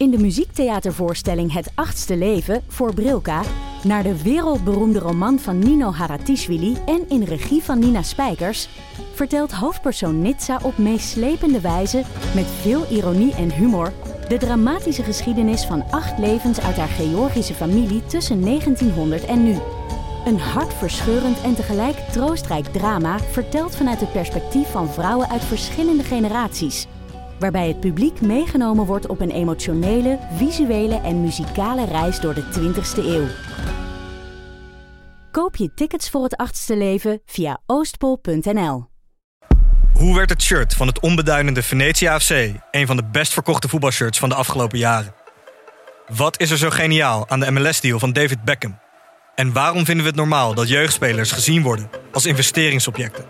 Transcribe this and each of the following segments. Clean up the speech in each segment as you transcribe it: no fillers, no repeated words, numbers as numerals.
in de muziektheatervoorstelling Het Achtste Leven voor Brilka naar de wereldberoemde roman van Nino Haratischvili en in regie van Nina Spijkers vertelt hoofdpersoon Nitsa op meeslepende wijze, met veel ironie en humor, de dramatische geschiedenis van 8 levens uit haar Georgische familie tussen 1900 en nu. Een hartverscheurend en tegelijk troostrijk drama verteld vanuit het perspectief van vrouwen uit verschillende generaties, waarbij het publiek meegenomen wordt op een emotionele, visuele en muzikale reis door de 20e eeuw. Koop je tickets voor Het Achtste Leven via oostpol.nl. Hoe werd het shirt van het onbeduidende Venetia FC een van de best verkochte voetbalshirts van de afgelopen jaren? Wat is er zo geniaal aan de MLS-deal van David Beckham? En waarom vinden we het normaal dat jeugdspelers gezien worden als investeringsobjecten?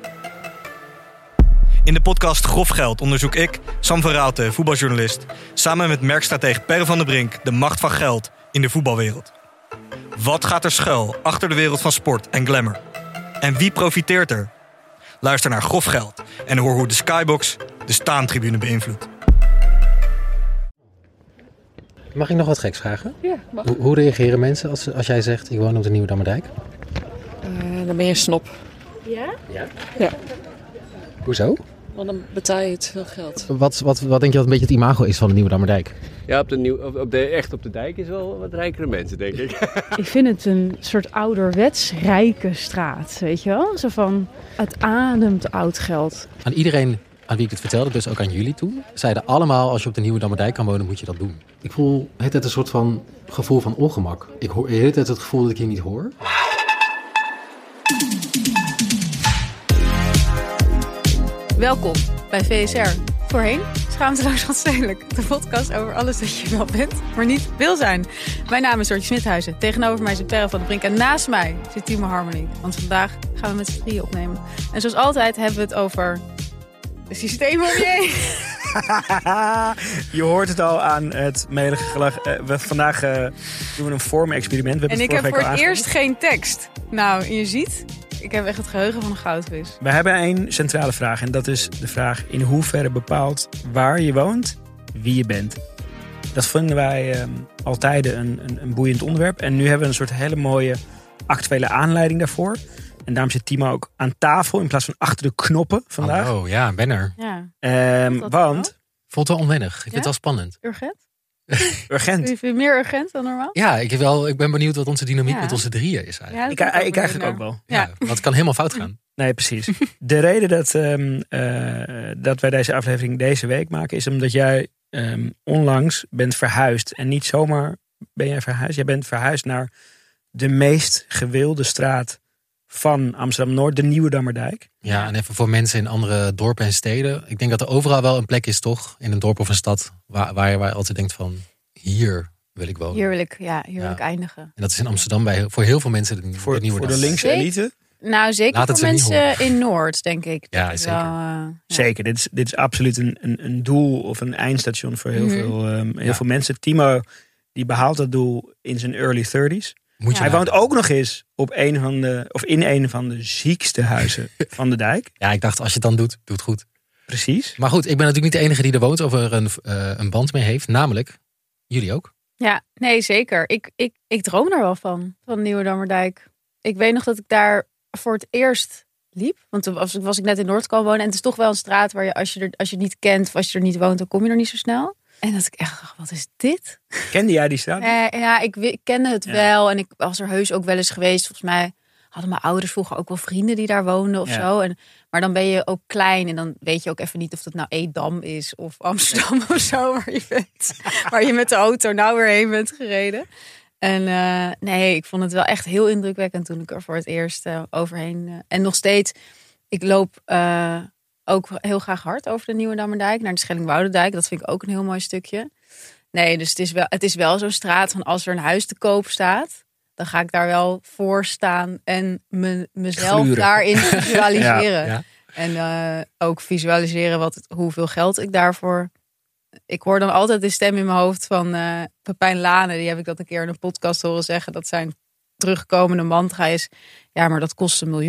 In de podcast Grof Geld onderzoek ik, Sam van Raalte, voetbaljournalist, samen met merkstratege Per van der Brink de macht van geld in de voetbalwereld. Wat gaat er schuil achter de wereld van sport en glamour? En wie profiteert er? Luister naar Grof Geld en hoor hoe de Skybox de staantribune beïnvloedt. Mag ik nog wat geks vragen? Ja, mag. Hoe reageren mensen als jij zegt, ik woon op de Nieuwe Dammerdijk? Dan ben je een snop. Ja? Ja. Hoezo? Want dan betaal je te veel geld. Wat denk je dat een beetje het imago is van de Nieuwe Dammerdijk? Ja, echt op de dijk is wel wat rijkere mensen, denk ik. Ik vind het een soort ouderwets rijke straat, weet je wel? Zo van, het ademt oud geld. Aan iedereen aan wie ik het vertelde, dus ook aan jullie toen, zeiden allemaal, als je op de Nieuwe Dammerdijk kan wonen, moet je dat doen. Ik voel de hele tijd een soort van gevoel van ongemak. Ik hoor de hele tijd het gevoel dat ik hier niet hoor. Welkom bij VSR. Voorheen Schaamteloos Onzedelijk. De podcast over alles dat je wel bent, maar niet wil zijn. Mijn naam is Soortje Smithuizen. Tegenover mij zit Per van der Brink. En naast mij zit Timo Harmony. Want vandaag gaan we met z'n drieën opnemen. En zoals altijd hebben we het over de systemen om je heen. Je hoort het al aan het melige gelach. Vandaag doen we een vormexperiment. En ik heb voor het eerst geen tekst. Nou, je ziet, ik heb echt het geheugen van een goudvis. We hebben één centrale vraag. En dat is de vraag in hoeverre bepaalt waar je woont, wie je bent. Dat vinden wij altijd een boeiend onderwerp. En nu hebben we een soort hele mooie actuele aanleiding daarvoor. En daarom zit Timo ook aan tafel in plaats van achter de knoppen vandaag. Oh ja, ben er. Ja. Want... Voelt wel onwennig. Ik vind het wel spannend. Urgent? Urgent. Vind je meer urgent dan normaal? Ja, ik ben benieuwd wat onze dynamiek met onze drieën is eigenlijk. Ja, ik eigenlijk ook wel. Ja, want het kan helemaal fout gaan. Nee, precies. De reden dat wij deze aflevering deze week maken is omdat jij onlangs bent verhuisd. En niet zomaar ben jij verhuisd. Jij bent verhuisd naar de meest gewilde straat van Amsterdam-Noord, de Nieuwe Dammerdijk. Ja, en even voor mensen in andere dorpen en steden. Ik denk dat er overal wel een plek is, toch? In een dorp of een stad waar je altijd denkt van, hier wil ik wonen. Hier wil ik eindigen. En dat is in Amsterdam voor heel veel mensen de Nieuwe Dammerdijk. Voor de linkse elite? Nou, zeker voor mensen in Noord, denk ik. Ja, dat zeker. Wel, Zeker, dit is absoluut een doel of een eindstation voor heel veel mensen. Timo, die behaalt dat doel in zijn early 30's. Hij woont ook nog eens in een van de ziekste huizen van de dijk. Ja, ik dacht, als je het dan doe het goed. Precies. Maar goed, ik ben natuurlijk niet de enige die er woont of er een band mee heeft. Namelijk, jullie ook. Ja, nee, zeker. Ik droom er wel van Nieuwe Dammerdijk. Ik weet nog dat ik daar voor het eerst liep. Want toen was ik net in Noord komen wonen. En het is toch wel een straat waar je, als je het niet kent of als je er niet woont, dan kom je er niet zo snel. En dat ik echt dacht, wat is dit? Kende jij die straat? Ja, ik kende het wel. En ik was er heus ook wel eens geweest. Volgens mij hadden mijn ouders vroeger ook wel vrienden die daar woonden of zo. Maar dan ben je ook klein en dan weet je ook even niet of dat nou Edam is of Amsterdam of zo waar je met de auto nou weer heen bent gereden. En nee, ik vond het wel echt heel indrukwekkend toen ik er voor het eerst overheen. En nog steeds, ik loop ook heel graag hard over de Nieuwe Dammerdijk naar de Schellingwoudendijk. Dat vind ik ook een heel mooi stukje. Nee, dus het is wel zo'n straat van als er een huis te koop staat, dan ga ik daar wel voor staan en mezelf Gluren. Daarin visualiseren. Ja. En ook visualiseren hoeveel geld ik daarvoor. Ik hoor dan altijd de stem in mijn hoofd van Pepijn Lane. Die heb ik dat een keer in een podcast horen zeggen. Dat zijn terugkomende mantra is, ja, maar dat kost $1 miljoen.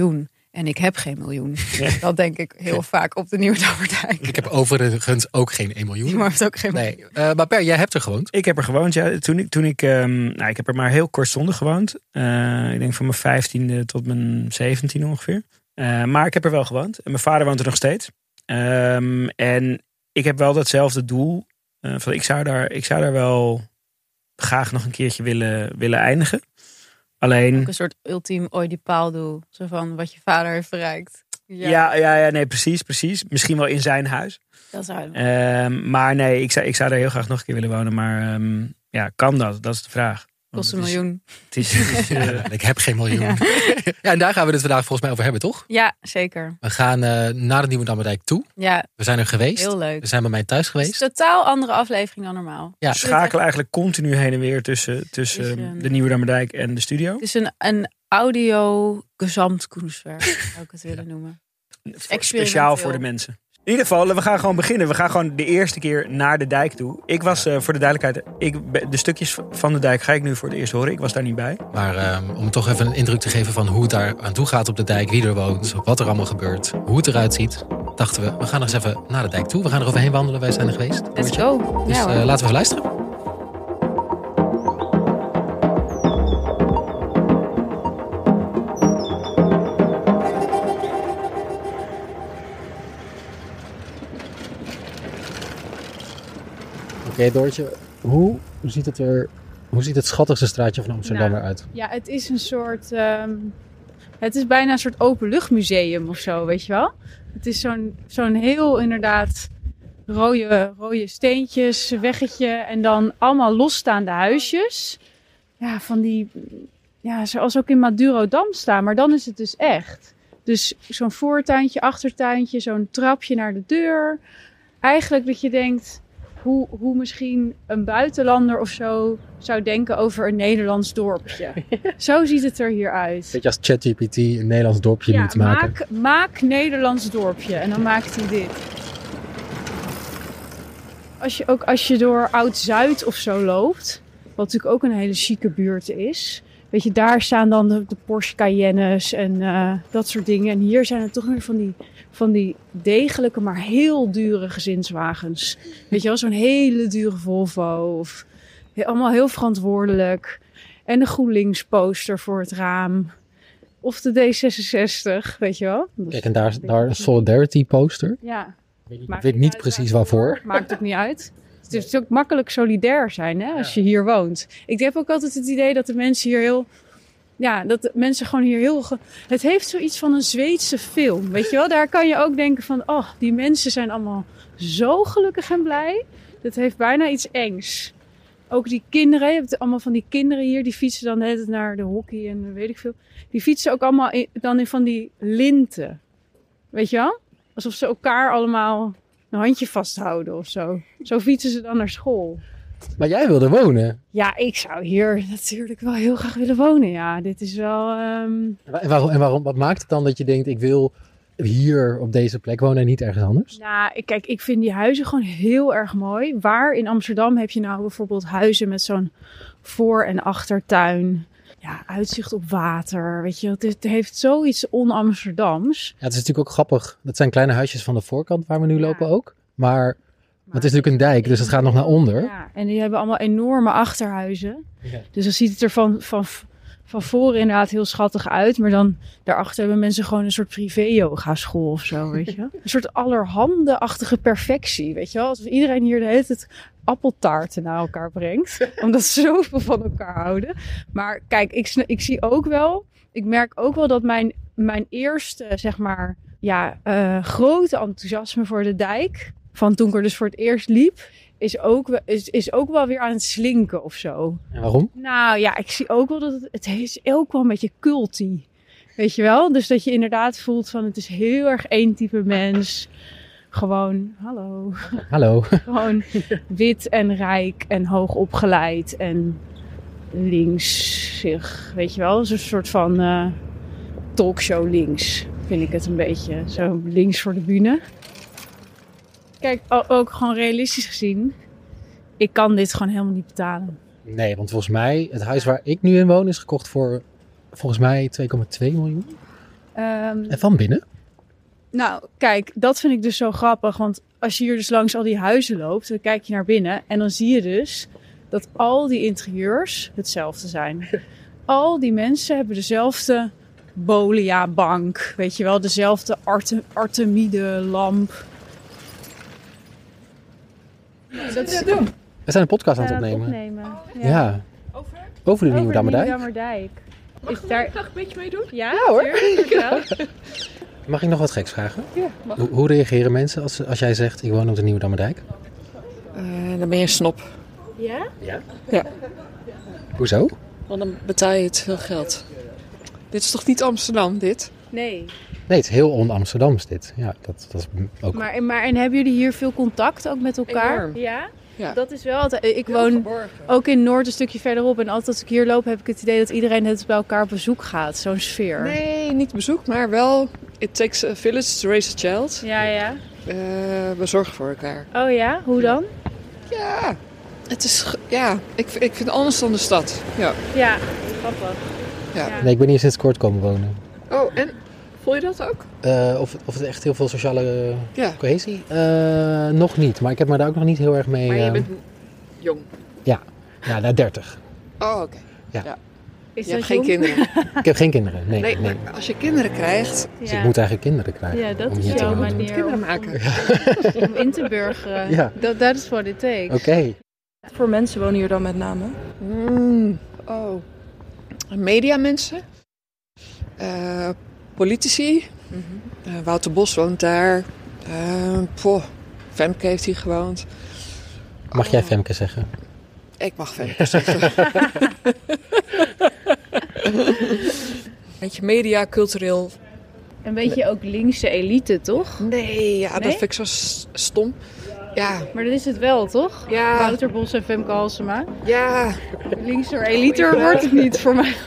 En ik heb geen miljoen. Dat denk ik heel vaak op de Nieuwe Dammerdijk. Ik heb overigens ook geen 1 miljoen. Maar heeft ook geen Nee, maar Per, jij hebt er gewoond. Ik heb er gewoond, ja. Toen ik heb er maar heel kortstondig gewoond. Ik denk van mijn 15e tot mijn 17e ongeveer. Maar ik heb er wel gewoond. En mijn vader woont er nog steeds. En ik heb wel datzelfde doel. Van ik zou daar wel graag nog een keertje willen eindigen. Alleen... Ook een soort ultiem Oedipaaldoel. Zo van wat je vader heeft bereikt. Ja, nee, precies. Misschien wel in zijn huis. Dat zou maar nee, ik zou daar heel graag nog een keer willen wonen. Maar kan dat? Dat is de vraag. Kost een miljoen. Ik heb geen miljoen. Ja. En daar gaan we het vandaag volgens mij over hebben, toch? Ja, zeker. We gaan naar de Nieuwe Dammerdijk toe. Ja. We zijn er geweest. Heel leuk. We zijn bij mij thuis Het geweest. is een totaal andere aflevering dan normaal. Ja. We schakelen eigenlijk continu heen en weer tussen de Nieuwe Dammerdijk en de studio. Het is een audio gezamtkunstwerk, zou ik het willen noemen. Speciaal voor de mensen. In ieder geval, we gaan gewoon beginnen. We gaan gewoon de eerste keer naar de dijk toe. Ik was, voor de duidelijkheid, de stukjes van de dijk ga ik nu voor het eerst horen. Ik was daar niet bij. Maar om toch even een indruk te geven van hoe het daar aan toe gaat op de dijk, wie er woont, wat er allemaal gebeurt, hoe het eruit ziet, dachten we gaan nog eens even naar de dijk toe. We gaan er overheen wandelen, wij zijn er geweest. Let's go. Dus laten we even luisteren. Oké, Doortje, hoe ziet het schattigste straatje van Amsterdam eruit? Ja, het is een soort... het is bijna een soort openluchtmuseum of zo, weet je wel? Het is zo'n heel inderdaad rode steentjes, weggetje en dan allemaal losstaande huisjes. Ja, van die... Ja, zoals ook in Madurodam staan, maar dan is het dus echt. Dus zo'n voortuintje, achtertuintje, zo'n trapje naar de deur. Eigenlijk dat je denkt... Hoe misschien een buitenlander of zo zou denken over een Nederlands dorpje. Zo ziet het er hier uit. Beetje als ChatGPT een Nederlands dorpje moet maken. Maak Nederlands dorpje. En dan maakt hij dit. Als je door Oud-Zuid of zo loopt. Wat natuurlijk ook een hele chique buurt is. Weet je, daar staan dan de Porsche Cayennes en dat soort dingen. En hier zijn het toch weer van die degelijke, maar heel dure gezinswagens. Weet je wel, zo'n hele dure Volvo. Of allemaal heel verantwoordelijk. En de GroenLinks poster voor het raam. Of de D66, weet je wel. Kijk, en daar een Solidarity poster. Ja. Ik weet niet precies waarvoor. Maakt ook niet uit. Het is ook makkelijk solidair zijn, hè, als je hier woont. Ik heb ook altijd het idee dat de mensen hier heel... Ja, dat de mensen gewoon hier heel... Het heeft zoiets van een Zweedse film, weet je wel? Daar kan je ook denken van... Oh, die mensen zijn allemaal zo gelukkig en blij. Dat heeft bijna iets engs. Ook die kinderen, je hebt allemaal van die kinderen hier... die fietsen dan de hele tijd naar de hockey en weet ik veel. Die fietsen ook allemaal dan in van die linten. Weet je wel? Alsof ze elkaar allemaal... een handje vasthouden of zo. Zo fietsen ze dan naar school. Maar jij wilde wonen? Ja, ik zou hier natuurlijk wel heel graag willen wonen. Ja, dit is wel... En waarom? Wat maakt het dan dat je denkt, ik wil hier op deze plek wonen en niet ergens anders? Nou, kijk, ik vind die huizen gewoon heel erg mooi. Waar in Amsterdam heb je nou bijvoorbeeld huizen met zo'n voor- en achtertuin? Ja, uitzicht op water, weet je. Het heeft zoiets on-Amsterdams. Ja, het is natuurlijk ook grappig. Dat zijn kleine huisjes van de voorkant waar we nu lopen ook. Maar het is natuurlijk een dijk, dus het gaat nog naar onder. Ja, en die hebben allemaal enorme achterhuizen. Ja. Dus dan ziet het er van voren inderdaad heel schattig uit. Maar dan daarachter hebben mensen gewoon een soort privé-yoga-school of zo, weet je. Een soort allerhande-achtige perfectie, weet je wel. Alsof iedereen hier de hele tijd appeltaarten naar elkaar brengt. Omdat ze zoveel van elkaar houden. Maar kijk, ik zie ook wel... Ik merk ook wel dat mijn eerste, zeg maar... grote enthousiasme voor de dijk... van toen ik er dus voor het eerst liep... is ook wel weer aan het slinken of zo. En waarom? Nou ja, ik zie ook wel dat het is ook wel een beetje culty. Weet je wel? Dus dat je inderdaad voelt van het is heel erg één type mens... Gewoon, hallo. Gewoon wit en rijk en hoog opgeleid en linksig, weet je wel. Zo'n soort van talkshow links, vind ik het een beetje. Zo links voor de bühne. Kijk, ook gewoon realistisch gezien, ik kan dit gewoon helemaal niet betalen. Nee, want volgens mij, het huis waar ik nu in woon is gekocht voor volgens mij 2,2 miljoen. En van binnen? Nou, kijk, dat vind ik dus zo grappig. Want als je hier dus langs al die huizen loopt, dan kijk je naar binnen. En dan zie je dus dat al die interieurs hetzelfde zijn. Al die mensen hebben dezelfde Bolia-bank. Weet je wel, dezelfde Artemide-lamp. Dat is We zijn een podcast aan het opnemen. Ja. Over de Nieuwe Dammerdijk. Is daar... Mag ik een beetje meedoen? Ja hoor. Mag ik nog wat geks vragen? Ja, mag. Hoe reageren mensen als jij zegt, ik woon op de Nieuwe Dammerdijk? Dan ben je een snop. Ja? Ja, Hoezo? want dan betaal je het veel geld. Dit is toch niet Amsterdam, dit? Nee. Nee, het is heel on-Amsterdams dit. Ja, dat is ook... Maar en hebben jullie hier veel contact ook met elkaar? Enorm. Ja? Ja. Dat is wel altijd... Ik woon ook in Noord een stukje verderop. En altijd als ik hier loop heb ik het idee dat iedereen net bij elkaar op bezoek gaat. Zo'n sfeer. Nee, niet bezoek, maar wel... It takes a village to raise a child. Ja. We zorgen voor elkaar. Oh ja? Hoe dan? Ja, het is... Ik vind het anders dan de stad. Ja. Ja, grappig. Ja. Nee, ik ben hier sinds kort komen wonen. Oh, en... Voel je dat ook? Of het echt heel veel sociale Ja. cohesie? Nog niet, maar ik heb me daar ook nog niet heel erg mee... Maar je bent jong. Ja, nou 30. Oh, oké. Is Je hebt geen kinderen. Ik heb geen kinderen, nee. Nee, maar als je kinderen krijgt... Dus ik moet eigenlijk kinderen krijgen. Ja, dat om is hier te jouw wonen. manier kinderen maken. om in te burgeren. Ja. Dat is what it takes. Oké. Wat voor mensen wonen hier dan met name? Mediamensen. Politici. Wouter Bos woont daar. Femke heeft hier gewoond. Mag jij Femke zeggen? Ik mag Femke zeggen. Beetje media, cultureel. Een beetje ook linkse elite, toch? Nee, ja, dat Nee? vind ik zo stom. Ja, Maar dat is het wel, toch? Ja. Wouter Bos en Femke Halsema. ja. Linkser eliter wordt het niet voor mij.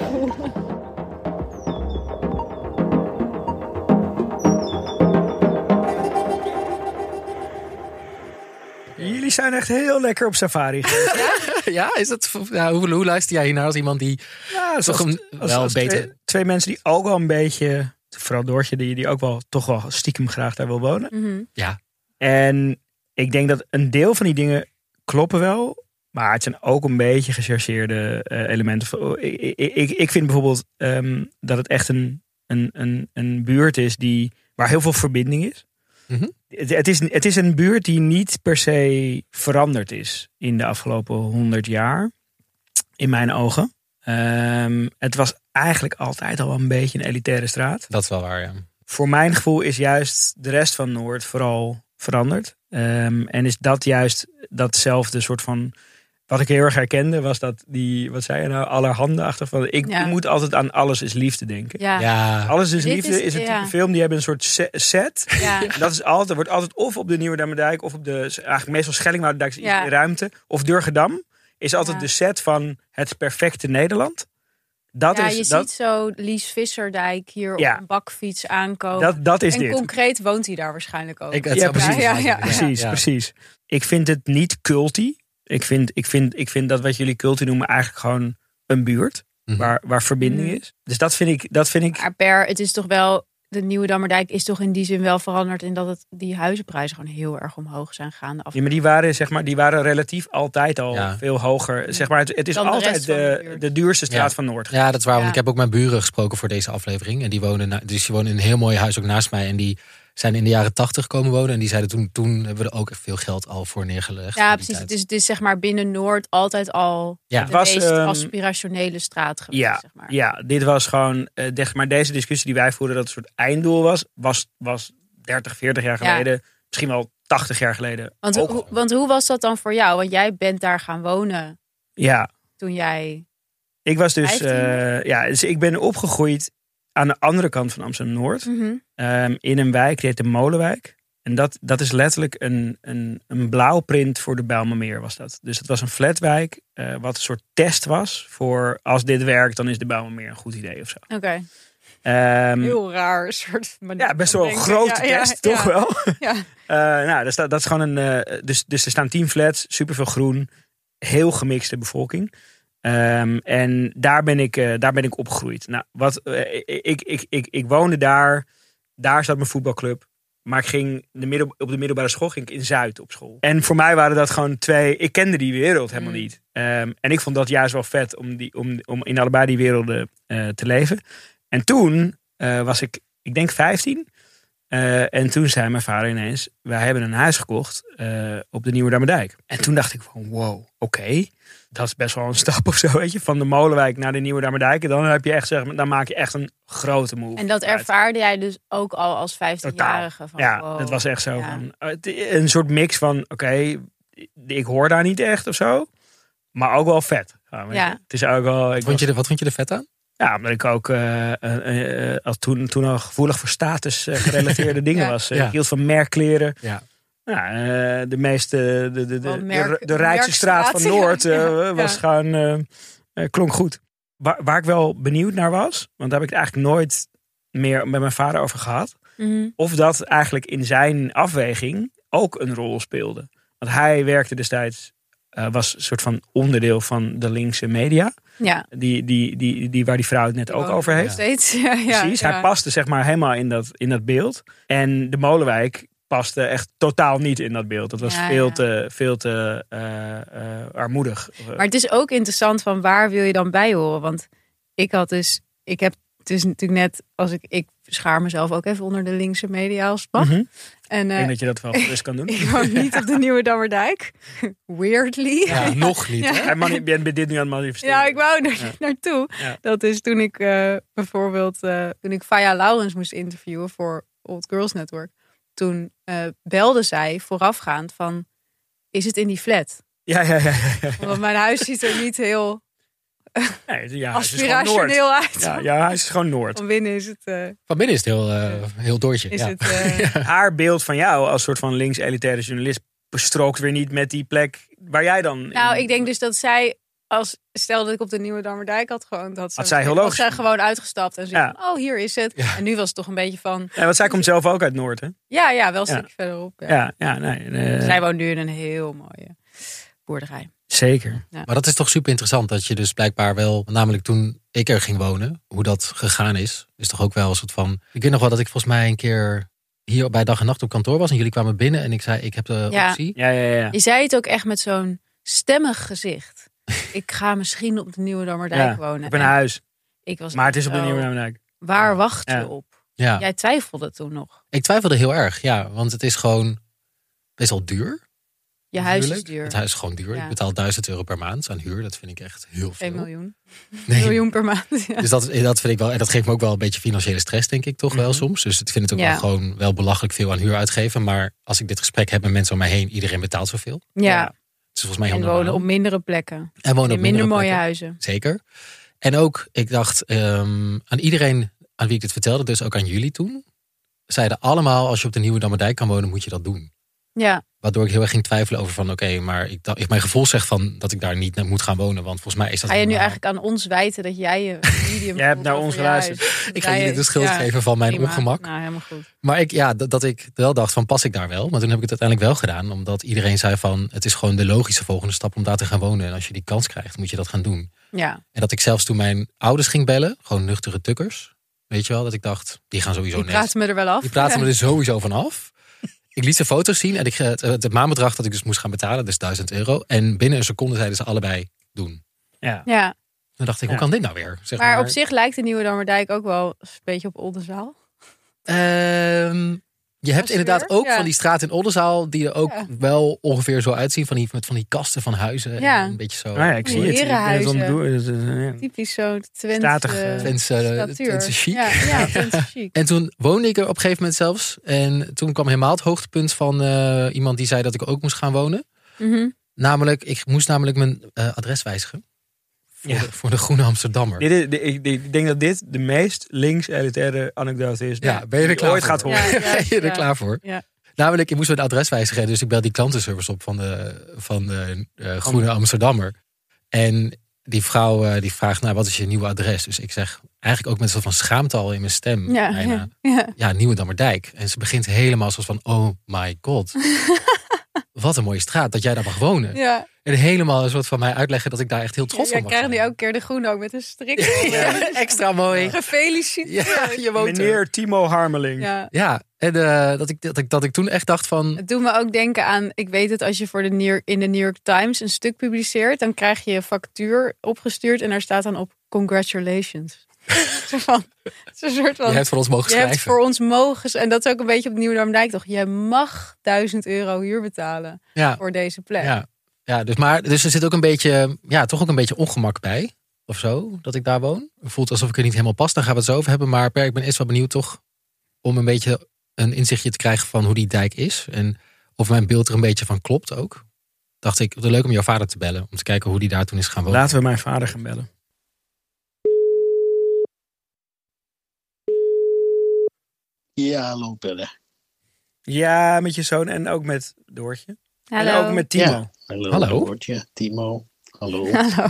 Jullie zijn echt heel lekker op safari geweest. Ja, is dat... Ja, hoe luister jij hiernaar als iemand die... Ja, toch als beter... twee mensen die ook wel een beetje... Vooral Doortje, die ook wel toch wel stiekem graag daar wil wonen. Ja. En ik denk dat een deel van die dingen kloppen wel. Maar het zijn ook een beetje gechargeerde elementen. Ik vind bijvoorbeeld dat het echt een buurt is waar heel veel verbinding is. Mm-hmm. Het is een buurt die niet per se veranderd is in de afgelopen 100 jaar. In mijn ogen. Het was eigenlijk altijd al een beetje een elitaire straat. Dat is wel waar, ja. Voor mijn gevoel is juist de rest van Noord vooral veranderd. En is dat juist datzelfde soort van... Wat ik heel erg herkende was dat wat zei je nou, allerhande achter van... Ik moet altijd aan Alles is Liefde denken. Ja. Alles is Dit Liefde is een type film, die hebben een soort set. Ja. Dat is wordt altijd of op de Nieuwe Dammerdijk of op de... Eigenlijk meestal Schellingwoude-dijk is iets Ja. meer ruimte. Of Durgedam is altijd Ja. de set van het perfecte Nederland. Ziet zo Lies Visserdijk hier op een bakfiets aankomen. Dat is en dit. concreet woont hij daar waarschijnlijk ook. Precies. Ik vind het niet culty. Ik vind dat wat jullie culty noemen eigenlijk gewoon een buurt. Mm-hmm. Waar verbinding is. Dus dat vind ik... Maar het is toch wel... De Nieuwe Dammerdijk is toch in die zin wel veranderd... in dat die huizenprijzen gewoon heel erg omhoog zijn gegaan. Ja, maar die waren relatief altijd al veel hoger. Zeg maar, het is Dan de altijd rest van de buurt. de duurste straat van Noord. Ja, dat is waar. Want Ja. ik heb ook met buren gesproken voor deze aflevering. En die wonen in een heel mooi huis ook naast mij. En die zijn in de jaren 80 komen wonen. En die zeiden toen hebben we er ook echt veel geld al voor neergelegd. Ja, precies. Het is zeg maar binnen Noord altijd al de meest aspirationele straat geweest. Ja, zeg maar. ja, dit was gewoon... maar deze discussie die wij voerden, dat het een soort einddoel was 30, 40 jaar geleden. Misschien wel 80 jaar geleden. Want hoe was dat dan voor jou? Want jij bent daar gaan wonen toen jij... Ik was dus... 15? Dus ik ben opgegroeid aan de andere kant van Amsterdam-Noord. Mm-hmm. In een wijk, die heet de Molenwijk. En dat is letterlijk een blauwprint voor de Bijlmermeer was dat. Dus het was een flatwijk, wat een soort test was voor als dit werkt, dan is de Bijlmermeer een goed idee of zo. Oké. Heel raar soort manier. Ja, best wel een grote test, toch wel? Ja. Dat is gewoon dus er staan 10 flats, superveel groen, heel gemixte bevolking. En daar ben ik opgegroeid. Nou, ik woonde daar. Daar zat mijn voetbalclub. Maar ik ging op de middelbare school ging ik in Zuid op school. En voor mij waren dat gewoon twee... Ik kende die wereld helemaal niet. En ik vond dat juist wel vet om in allebei die werelden te leven. En toen was ik denk 15. En toen zei mijn vader ineens... wij hebben een huis gekocht op de Nieuwe Dammerdijk. En toen dacht ik van wow, oké. Dat is best wel een stap of zo, weet je. Van de Molenwijk naar de Nieuwe Dammerdijk. En dan heb je echt, dan maak je echt een grote move. En dat ervaarde jij dus ook al als 15-jarige? Van, ja, wow. dat was echt zo. Van, een soort mix van, oké, ik hoor daar niet echt of zo. Maar ook wel vet. Ja. Het is ook wel, Wat vond je er vet aan? Ja, omdat ik ook toen al gevoelig voor status gerelateerde dingen was. Ik hield van merkkleren. Ja. Ja, de meeste, de rijkste straat van Noord was gewoon, klonk goed. Waar ik wel benieuwd naar was, want daar heb ik het eigenlijk nooit meer met mijn vader over gehad. Mm-hmm. Of dat eigenlijk in zijn afweging ook een rol speelde. Want hij werkte destijds, was een soort van onderdeel van de linkse media. Ja. Die waar die vrouw het net ook over heeft. Steeds. Precies, hij paste zeg maar helemaal in dat beeld. En de Molenwijk paste echt totaal niet in dat beeld. Dat was veel te armoedig. Maar het is ook interessant van waar wil je dan bij horen? Want ik heb dus natuurlijk net, ik schaar mezelf ook even onder de linkse media als het mag. Mm-hmm. En, ik denk dat je dat wel gerust kan doen. Ik woon niet op de Nieuwe Dammerdijk. Weirdly. Ja, nog niet. Ja. Hè? Je bent dit nu aan het manifesteren. Ja, ik wou er naartoe. Ja. Dat is toen ik bijvoorbeeld... toen ik Faya Laurens moest interviewen voor Old Girls Network. Toen belde zij voorafgaand van... Is het in die flat? Ja. Want mijn huis ziet er niet heel... Nee, aspirationeel uit. Ja, huis is gewoon Noord. Van binnen is het... Van binnen is het heel doortje. Is het, Haar beeld van jou als soort van links-elitaire journalist... bestrookt weer niet met die plek waar jij dan... Nou, ik denk dus dat zij... Stel dat ik op de Nieuwe Dammerdijk had gewoond... had zij heel logisch. Zij gewoon uitgestapt en zei van... Oh, hier is het. Ja. En nu was het toch een beetje van... Ja, want zij komt zelf ook uit Noord, hè? Ja, wel een stukje verderop. Nee. Zij woont nu in een heel mooie boerderij. Zeker. Ja. Maar dat is toch super interessant dat je dus blijkbaar wel... Namelijk toen ik er ging wonen, hoe dat gegaan is toch ook wel een soort van... Ik weet nog wel dat ik volgens mij een keer hier bij dag en nacht op kantoor was... en jullie kwamen binnen en ik zei, ik heb de optie. Ja. Je zei het ook echt met zo'n stemmig gezicht. Ik ga misschien op de Nieuwe Dammerdijk wonen. Ik ben naar huis. Maar het is op de Nieuwe Dammerdijk. Waar wacht je op? Ja. Jij twijfelde toen nog. Ik twijfelde heel erg, ja. Want het is gewoon best wel duur. Je huis is duur. Het huis is gewoon duur. Ja. Ik betaal €1000 per maand aan huur. Dat vind ik echt heel veel. 1 miljoen. Nee. 1 miljoen per maand. Ja. Dus dat vind ik wel. En dat geeft me ook wel een beetje financiële stress, denk ik toch wel soms. Dus ik vind het ook wel gewoon wel belachelijk veel aan huur uitgeven. Maar als ik dit gesprek heb met mensen om mij heen, iedereen betaalt zoveel. Ja. Het is volgens mij heel normaal. Wonen op mindere plekken. En wonen in minder mooie huizen. Zeker. En ook, ik dacht, aan iedereen aan wie ik dit vertelde, dus ook aan jullie toen, zeiden allemaal, als je op de Nieuwe Dammerdijk kan wonen, moet je dat doen. Ja. Waardoor ik heel erg ging twijfelen over van oké, maar mijn gevoel zegt van dat ik daar niet moet gaan wonen. Want volgens mij is dat... Ga je nu eigenlijk aan ons wijten dat jij je medium... Jij hebt naar ons geluisterd. Ik ga jullie de schuld geven van mijn ongemak. Nou, helemaal goed. Maar dat ik wel dacht van pas ik daar wel. Maar toen heb ik het uiteindelijk wel gedaan. Omdat iedereen zei van het is gewoon de logische volgende stap om daar te gaan wonen. En als je die kans krijgt, moet je dat gaan doen. Ja. En dat ik zelfs toen mijn ouders ging bellen, gewoon nuchtere tukkers. Weet je wel, dat ik dacht, die gaan sowieso Die praten me er wel af. Die praten me er sowieso van af. Ik liet ze foto's zien en het maandbedrag dat ik dus moest gaan betalen, dus €1000. En binnen een seconde zeiden ze allebei doen. Ja. Toen dacht ik, hoe kan dit nou weer? Zeg maar op zich lijkt de Nieuwe Dammerdijk ook wel een beetje op Oldenzaal. Je hebt inderdaad ook van die straat in Oldenzaal die er ook wel ongeveer zo uitzien. Met van die kasten van huizen. Ja. En een beetje zo. Ja, ik zie het. Herenhuizen. Typisch zo'n Twentse chic. Ja, Twentse chic. En toen woonde ik er op een gegeven moment zelfs. En toen kwam helemaal het hoogtepunt van iemand die zei dat ik ook moest gaan wonen. Mm-hmm. Ik moest namelijk mijn adres wijzigen. Voor de Groene Amsterdammer. Ik denk dat dit de meest links-elitaire anekdote is. Ja, ben je er klaar ooit voor? Gaat horen. Ben je er klaar voor? Ja. Namelijk, ik moest mijn adres wijzigen. Dus ik bel die klantenservice op van de Groene Amsterdammer. En die vrouw die vraagt, wat is je nieuwe adres? Dus ik zeg, eigenlijk ook met een soort van schaamte al in mijn stem. Ja, Nieuwe Dammerdijk. En ze begint helemaal zoals van, oh my god. wat een mooie straat, dat jij daar mag wonen. Ja. En helemaal een soort van mij uitleggen dat ik daar echt heel trots op Jij mag krijgt nu zijn. elke keer de groen ook met een strik. Extra mooi. Gefeliciteerd. Ja, je woont er. Meneer Timo Harmeling. Ja. Ja, en dat ik toen echt dacht van... Het doet me ook denken aan, ik weet het, als je voor in de New York Times een stuk publiceert, dan krijg je een factuur opgestuurd en daar staat dan op congratulations. Het is een soort van, Je hebt voor ons mogen je schrijven. hebt voor ons mogen, en dat is ook een beetje op Nieuwe Dijk toch. Je mag €1.000 huur betalen voor deze plek. Ja, dus er zit ook een beetje, toch ook een beetje ongemak bij. Of zo, dat ik daar woon. Het voelt alsof ik er niet helemaal pas. Daar gaan we het zo over hebben. Maar Per, ik ben eerst wel benieuwd toch om een beetje een inzichtje te krijgen van hoe die dijk is. En of mijn beeld er een beetje van klopt ook. Dacht ik, het is leuk om jouw vader te bellen. Om te kijken hoe die daar toen is gaan wonen. Laten we mijn vader gaan bellen. Ja, hallo Pelle. Ja, met je zoon en ook met Doortje. Hallo. En ook met Timo. Ja, hallo. Doortje, Timo. Hallo. Hallo.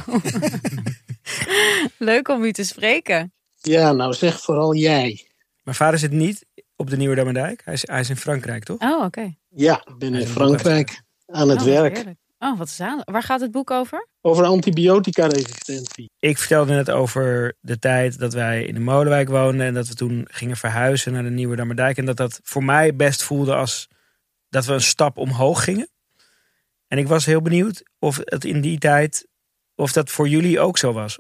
Leuk om u te spreken. Ja, nou zeg vooral jij. Mijn vader zit niet op de Nieuwe Dijk. Hij is in Frankrijk, toch? Oh, oké. Ja, ik ben in Frankrijk aan het werk. Heerlijk. Oh, wat is aan? Waar gaat het boek over? Over antibiotica-resistentie. Ik vertelde net over de tijd dat wij in de Molenwijk woonden en dat we toen gingen verhuizen naar de Nieuwe Dijk. En dat voor mij best voelde als dat we een stap omhoog gingen. En ik was heel benieuwd of het in die tijd, of dat voor jullie ook zo was.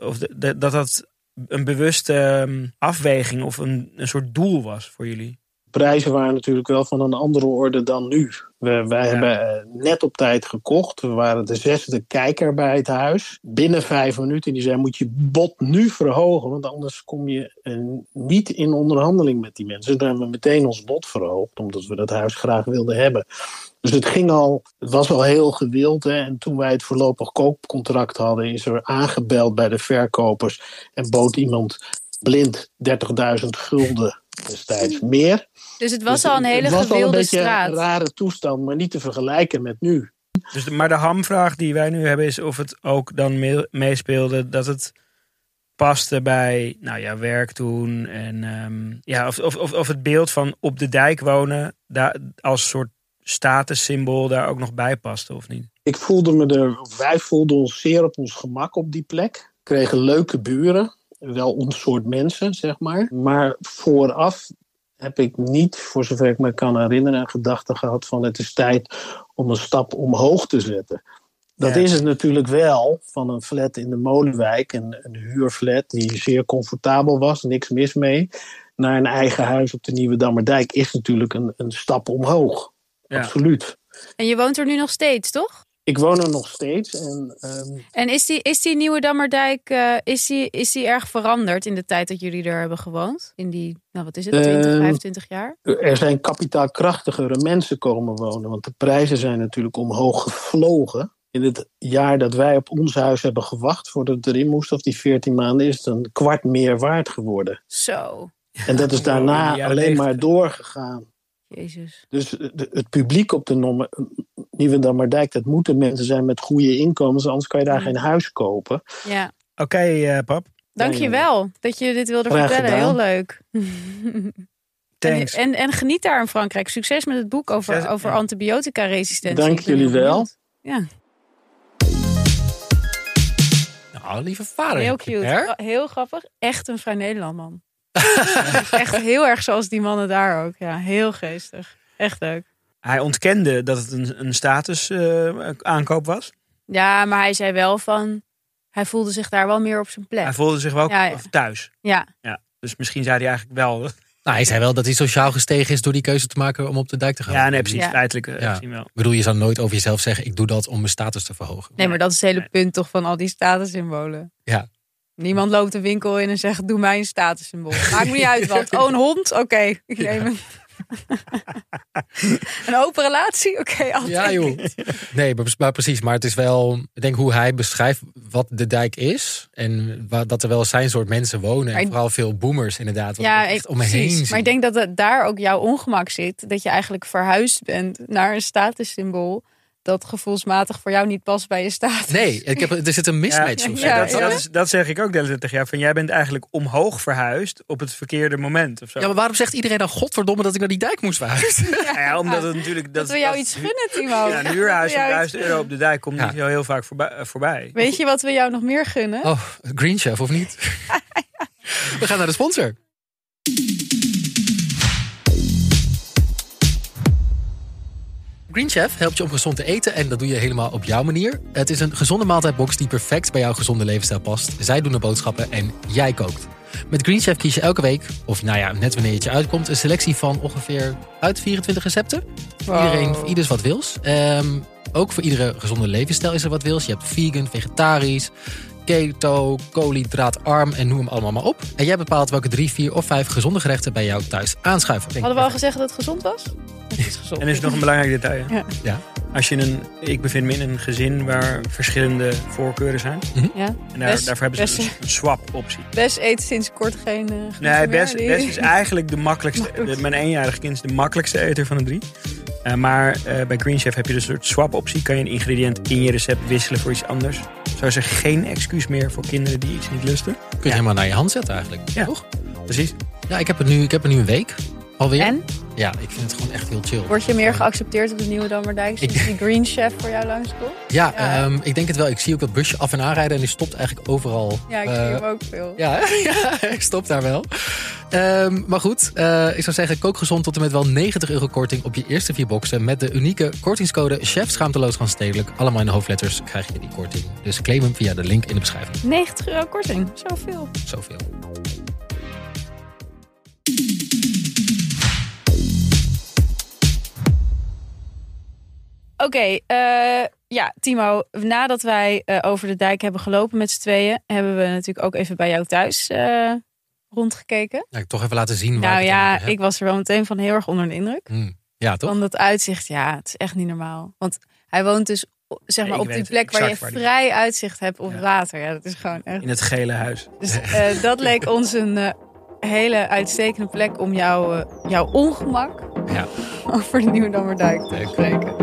Dat een bewuste afweging of een soort doel was voor jullie. Prijzen waren natuurlijk wel van een andere orde dan nu. Wij hebben net op tijd gekocht. We waren de 6e kijker bij het huis. Binnen 5 minuten. Die zei, moet je bod nu verhogen. Want anders kom je niet in onderhandeling met die mensen. Dus hebben we meteen ons bod verhoogd. Omdat we dat huis graag wilden hebben. Dus het was al heel gewild. Hè? En toen wij het voorlopig koopcontract hadden, is er aangebeld bij de verkopers. En bood iemand blind 30.000 gulden destijds meer. Dus het was al een hele gewilde straat. Het was al een beetje een rare toestand, maar niet te vergelijken met nu. Maar de hamvraag die wij nu hebben is of het ook dan meespeelde dat het paste bij jouw werk toen. En of het beeld van op de dijk wonen daar als soort statussymbool daar ook nog bij paste of niet? Wij voelden ons zeer op ons gemak op die plek. Kregen leuke buren. Wel ons soort mensen, zeg maar. Maar vooraf heb ik niet, voor zover ik me kan herinneren, een gedachte gehad van het is tijd om een stap omhoog te zetten. Dat is het natuurlijk wel van een flat in de Molenwijk, een huurflat die zeer comfortabel was, niks mis mee, naar een eigen huis op de Nieuwe Dammerdijk is natuurlijk een stap omhoog. Ja. Absoluut. En je woont er nu nog steeds, toch? Ik woon er nog steeds. En is die Nieuwe Dammerdijk, is die erg veranderd in de tijd dat jullie er hebben gewoond? In die, 25 jaar? Er zijn kapitaalkrachtigere mensen komen wonen. Want de prijzen zijn natuurlijk omhoog gevlogen. In het jaar dat wij op ons huis hebben gewacht voordat het erin moest, of die 14 maanden, is het een kwart meer waard geworden. Zo. En dat is daarna alleen maar doorgegaan. Jezus. Dus het publiek op de Nieuwe Dammerdijk, dat moeten mensen zijn met goede inkomens, anders kan je daar geen huis kopen. Ja. Oké, pap. Dank je wel dat je dit wilde Graag vertellen. gedaan. Heel leuk. Thanks. En geniet daar in Frankrijk. Succes met het boek over antibiotica-resistentie. Dank jullie wel. Ja. Nou, lieve vader. Heel cute. Heel grappig. Echt een vrij Nederland man. Echt heel erg zoals die mannen daar ook. Ja, heel geestig. Echt leuk. Hij ontkende dat het een status aankoop was. Ja, maar hij zei wel van, hij voelde zich daar wel meer op zijn plek. Hij voelde zich wel thuis. Ja. Dus misschien zei hij eigenlijk wel. Nou, hij zei wel dat hij sociaal gestegen is door die keuze te maken om op de dijk te gaan. Ja, nee, precies. Feitelijk gezien wel. Ik bedoel, je zou nooit over jezelf zeggen, ik doe dat om mijn status te verhogen. Nee, maar dat is het hele punt toch van al die statussymbolen. Ja. Niemand loopt de winkel in en zegt, doe mij een statussymbool. Maakt me niet uit wat. Oh, een hond? Oké, ik neem hem. Een open relatie? Oké, altijd. Ja, joh. Nee, maar precies. Maar het is wel, ik denk hoe hij beschrijft wat de dijk is. En dat er wel zijn soort mensen wonen. En vooral veel boomers inderdaad. Wat echt om me heen zie. Maar ik denk dat daar ook jouw ongemak zit. Dat je eigenlijk verhuisd bent naar een statussymbool. dat gevoelsmatig voor jou niet past bij je status. Nee, er zit een mismatch. Dat zeg ik ook de hele tijd tegen jou. Van, jij bent eigenlijk omhoog verhuisd op het verkeerde moment. Of zo. Ja, maar waarom zegt iedereen dan godverdomme dat ik naar die dijk moest verhuizen? Omdat het natuurlijk... Dat we jou iets gunnen, Timo. Ja, een huurhuis van €1000 op de dijk komt niet heel vaak voorbij. Weet je wat we jou nog meer gunnen? Oh, Green Chef of niet? We gaan naar de sponsor. Green Chef helpt je om gezond te eten en dat doe je helemaal op jouw manier. Het is een gezonde maaltijdbox die perfect bij jouw gezonde levensstijl past. Zij doen de boodschappen en jij kookt. Met Green Chef kies je elke week, of net wanneer het je uitkomt, een selectie van ongeveer uit 24 recepten. Voor ieders wat wils. Ook voor iedere gezonde levensstijl is er wat wils. Je hebt vegan, vegetarisch, keto, koolhydraatarm en noem hem allemaal maar op. En jij bepaalt welke 3, 4 of 5 gezonde gerechten bij jou thuis aanschuiven. Hadden we al gezegd dat het gezond was? Het is gezond. En er is nog een belangrijk detail. Ja. Als je ik bevind me in een gezin waar verschillende voorkeuren zijn. Ja. En daarvoor hebben ze een swap-optie. Bes eet sinds kort geen Nee, Bes is eigenlijk de makkelijkste. Mijn 1-jarig kind is de makkelijkste eter van de 3. Maar bij Green Chef heb je dus een soort swap-optie. Kan je een ingrediënt in je recept wisselen voor iets anders. Zo is er geen excuus meer voor kinderen die iets niet lusten. Kun je helemaal naar je hand zetten eigenlijk. Ja, toch? Precies. Ja, ik heb het nu een week alweer. En? Ja, ik vind het gewoon echt heel chill. Word je meer geaccepteerd op de Nieuwe Dammerdijk sinds die Green Chef voor jou langskomt? Ja, ik denk het wel. Ik zie ook dat busje af en aanrijden en die stopt eigenlijk overal. Ja, ik zie hem ook veel. Ja, ik stop daar wel. Maar goed, ik zou zeggen, kook gezond tot en met wel €90 korting op je eerste 4 boxen. Met de unieke kortingscode Chef Schaamteloos van Stedelijk. Allemaal in de hoofdletters krijg je die korting. Dus claim hem via de link in de beschrijving. €90 korting, zoveel. Zoveel. Oké, Timo, nadat wij over de dijk hebben gelopen met z'n tweeën, hebben we natuurlijk ook even bij jou thuis rondgekeken. Ja, ik toch even laten zien waar ik was er wel meteen van heel erg onder de indruk. Ja, toch? Van dat uitzicht, het is echt niet normaal. Want hij woont dus zeg maar op die plek waar je vrij uitzicht hebt op het water. Ja, dat is gewoon echt... In het gele huis. Dus dat leek ons een hele uitstekende plek om jouw ongemak over de Nieuwe Dammerdijk te bespreken.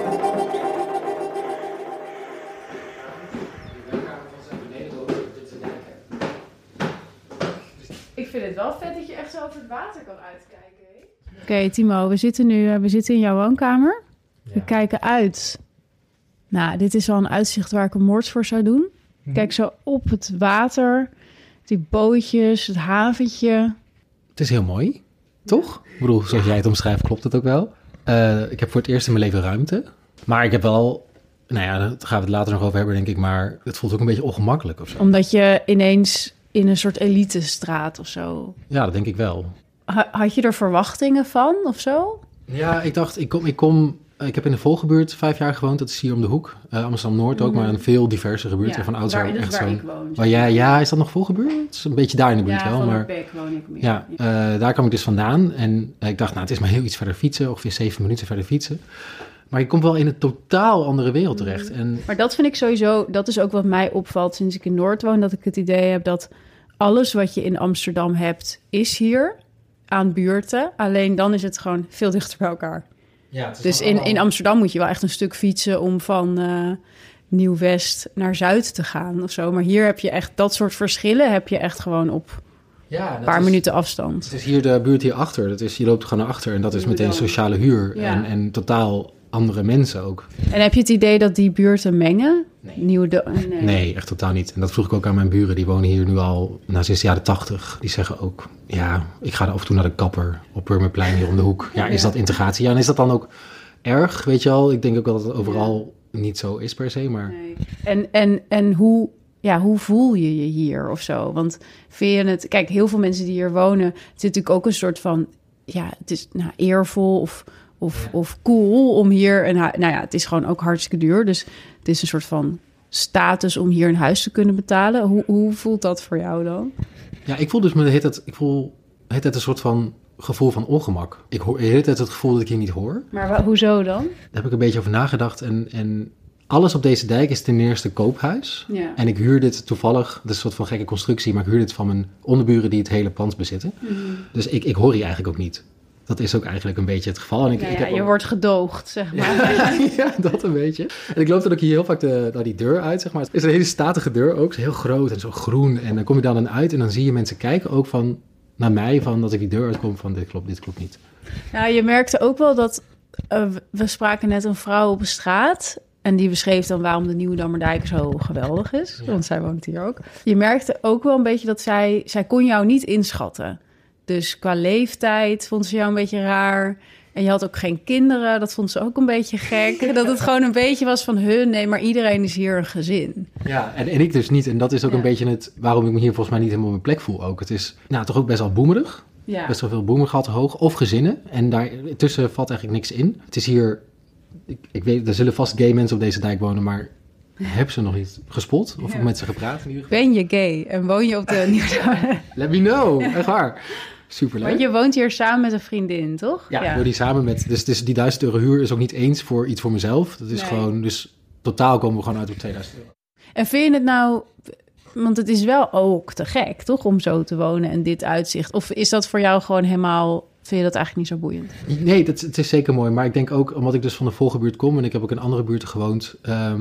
Ik vind het wel vet dat je echt zo over het water kan uitkijken. Oké, Timo, we zitten in jouw woonkamer. Ja. We kijken uit. Nou, dit is al een uitzicht waar ik een moord voor zou doen. Kijk zo op het water, die bootjes, het haventje. Het is heel mooi, toch? Ik bedoel, zoals jij het omschrijft, klopt het ook wel. Ik heb voor het eerst in mijn leven ruimte. Maar ik heb wel... daar gaan we het later nog over hebben, denk ik. Maar het voelt ook een beetje ongemakkelijk of zo. Omdat je ineens in een soort elitestraat of zo... Ja, dat denk ik wel. Had je er verwachtingen van of zo? Ja, ik dacht, ik heb in de Volgebuurt 5 jaar gewoond. Dat is hier om de hoek. Amsterdam-Noord ook, maar een veel diversere buurt. Ja, van ouds waar ik woon. Is dat nog Volgebuurt? Het is een beetje daar in de buurt wel. Maar Beek woon ik meer. Ja, daar kwam ik dus vandaan. En ik dacht, het is maar heel iets verder fietsen. Ongeveer 7 minuten verder fietsen. Maar je komt wel in een totaal andere wereld terecht. Maar dat vind ik sowieso, dat is ook wat mij opvalt sinds ik in Noord woon. Dat ik het idee heb dat alles wat je in Amsterdam hebt, is hier aan buurten. Alleen dan is het gewoon veel dichter bij elkaar. Ja, dus in Amsterdam moet je wel echt een stuk fietsen om van Nieuw-West naar Zuid te gaan of zo. Maar hier heb je echt dat soort verschillen heb je echt gewoon op een paar minuten afstand. Het is hier de buurt hierachter. Je loopt gewoon naar achter en dat is meteen sociale huur. Ja. En totaal andere mensen ook. En heb je het idee dat die buurten mengen? Nee, echt totaal niet. En dat vroeg ik ook aan mijn buren. Die wonen hier nu al sinds de jaren 80. Die zeggen ook, ik ga af en toe naar de kapper op Purmerplein hier om de hoek. Ja, is dat integratie? Ja, en is dat dan ook erg, weet je wel? Ik denk ook wel dat het overal niet zo is per se, maar... Nee. En hoe voel je je hier of zo? Want vind je het... Kijk, heel veel mensen die hier wonen... Het is natuurlijk ook een soort van... het is eervol of cool om hier... het is gewoon ook hartstikke duur. Dus het is een soort van status om hier een huis te kunnen betalen. Hoe voelt dat voor jou dan? Ja, ik voel dus het een soort van gevoel van ongemak. Ik hoor de hele tijd het gevoel dat ik hier niet hoor. Maar hoezo dan? Daar heb ik een beetje over nagedacht. En alles op deze dijk is ten eerste koophuis. Ja. En ik huur dit toevallig, dat is een soort van gekke constructie... maar ik huur dit van mijn onderburen die het hele pand bezitten. Mm-hmm. Dus ik hoor hier eigenlijk ook niet. dat is ook eigenlijk een beetje het geval. En ik heb je wordt gedoogd, zeg maar. Ja, dat een beetje. En ik loop dan ook hier heel vaak naar die deur uit, zeg maar. Het is een hele statige deur ook, heel groot en zo groen. En dan kom je dan uit en dan zie je mensen kijken ook naar mij, van dat ik die deur uitkom van dit klopt niet. Ja, je merkte ook wel dat, we spraken net een vrouw op een straat en die beschreef dan waarom de Nieuwdammerdijk zo geweldig is. Ja. Want zij woont hier ook. Je merkte ook wel een beetje dat zij kon jou niet inschatten. Dus qua leeftijd vond ze jou een beetje raar. En je had ook geen kinderen. Dat vond ze ook een beetje gek. Dat het gewoon een beetje was van nee, maar iedereen is hier een gezin. Ja, en ik dus niet. En dat is ook een beetje waarom ik me hier volgens mij niet helemaal op mijn plek voel ook. Het is toch ook best wel boemerig. Ja. Best wel veel boemergatten hoog. Of gezinnen. En daartussen valt eigenlijk niks in. Het is hier, ik weet, er zullen vast gay mensen op deze dijk wonen, maar heb ze nog niet gespot? Of met ze gepraat in ieder geval? Ben je gay en woon je op de Nieuwdammerdijk? Let me know, echt waar. Superleuk. Want je woont hier samen met een vriendin, toch? Ja, ik woon hier samen met... Dus die €1000 huur is ook niet eens voor iets voor mezelf. Dat is gewoon... Dus totaal komen we gewoon uit op €2000. En vind je het nou... Want het is wel ook te gek, toch? Om zo te wonen en dit uitzicht. Of is dat voor jou gewoon helemaal... Vind je dat eigenlijk niet zo boeiend? Nee, het is zeker mooi. Maar ik denk ook, omdat ik dus van de Volgenbuurt kom... en ik heb ook in andere buurten gewoond...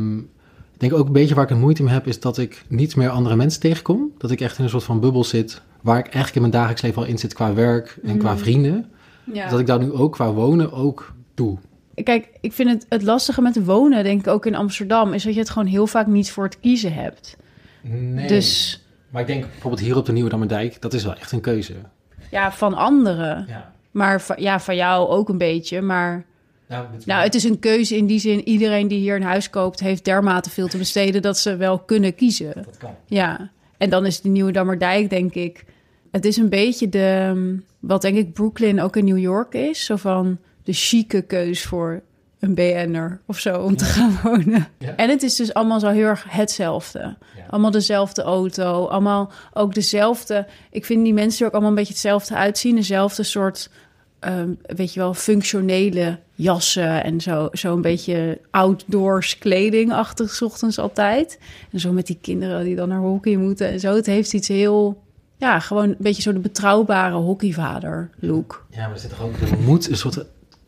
ik denk ook een beetje waar ik een moeite mee heb... is dat ik niet meer andere mensen tegenkom. Dat ik echt in een soort van bubbel zit... waar ik eigenlijk in mijn dagelijks leven al in zit qua werk en qua vrienden. Ja. Dat ik daar nu ook qua wonen ook doe. Kijk, ik vind het lastige met wonen, denk ik ook in Amsterdam... is dat je het gewoon heel vaak niet voor het kiezen hebt. Nee, dus... maar ik denk bijvoorbeeld hier op de Nieuwdammerdijk... dat is wel echt een keuze. Ja, van anderen. Ja. Maar van jou ook een beetje, maar... Nou, het is een keuze in die zin. Iedereen die hier een huis koopt... heeft dermate veel te besteden dat ze wel kunnen kiezen. Dat kan. Ja, en dan is de Nieuwdammerdijk, denk ik... Het is een beetje wat denk ik Brooklyn ook in New York is. Zo van de chique keus voor een BN'er of zo om te gaan wonen. Ja. En het is dus allemaal zo heel erg hetzelfde. Ja. Allemaal dezelfde auto, allemaal ook dezelfde... Ik vind die mensen er ook allemaal een beetje hetzelfde uitzien. Dezelfde soort... weet je wel, functionele jassen en zo een beetje outdoors kledingachtig 's ochtends altijd. En zo met die kinderen die dan naar hockey moeten en zo. Het heeft iets heel, gewoon een beetje zo de betrouwbare hockeyvader look. Ja, maar er zit toch ook, er moet een soort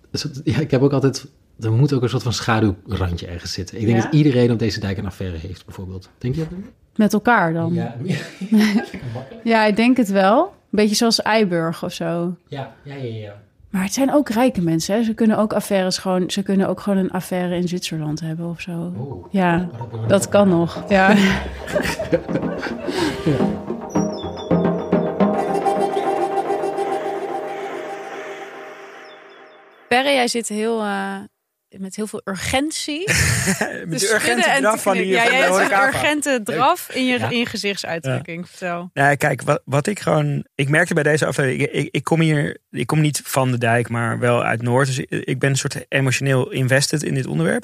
ik heb ook altijd, er moet ook een soort van schaduwrandje ergens zitten. Ik denk dat iedereen op deze dijk een affaire heeft, bijvoorbeeld. Denk je dat? Met elkaar dan? Ja, ja, ik denk het wel. Een beetje zoals Eiburg of zo. Ja. Maar het zijn ook rijke mensen, hè? Ze kunnen ook gewoon een affaire in Zwitserland hebben of zo. Oh, ja, dat kan nog. Ja. Perre, jij zit met heel veel urgentie. Met de urgente draf van hier. Ja, jij hebt een urgente draf in je gezichtsuitdrukking. Vertel. Ja, kijk, wat ik gewoon... Ik merkte bij deze aflevering... Ik kom niet van de dijk, maar wel uit Noord. Dus ik ben een soort emotioneel invested in dit onderwerp.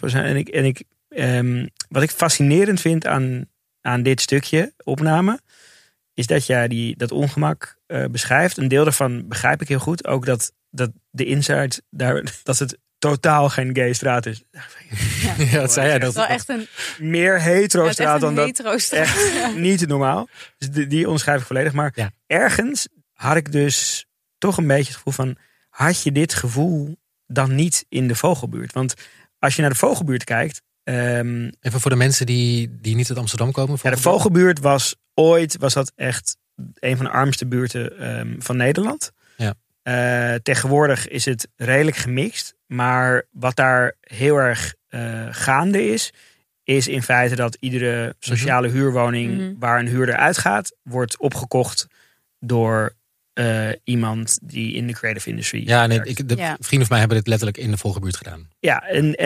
Wat ik fascinerend vind aan dit stukje opname... is dat jij dat ongemak beschrijft. Een deel daarvan begrijp ik heel goed. Ook dat de insight daar... dat het totaal geen gay straat is. Ja, dat zei jij. Dat is wel echt een meer hetero straat dan dat. Echt niet normaal. Dus die onderschrijf ik volledig. Maar ergens had ik dus toch een beetje het gevoel van... had je dit gevoel dan niet in de Vogelbuurt? Want als je naar de Vogelbuurt kijkt... Even voor de mensen die niet uit Amsterdam komen. Ja, de Vogelbuurt was dat echt een van de armste buurten van Nederland. Ja. Tegenwoordig is het redelijk gemixt. Maar wat daar heel erg gaande is in feite dat iedere sociale huurwoning waar een huurder uitgaat, wordt opgekocht door iemand die in de creative industry werkt. Vrienden van mij hebben dit letterlijk in de Vogelbuurt gedaan. Ja,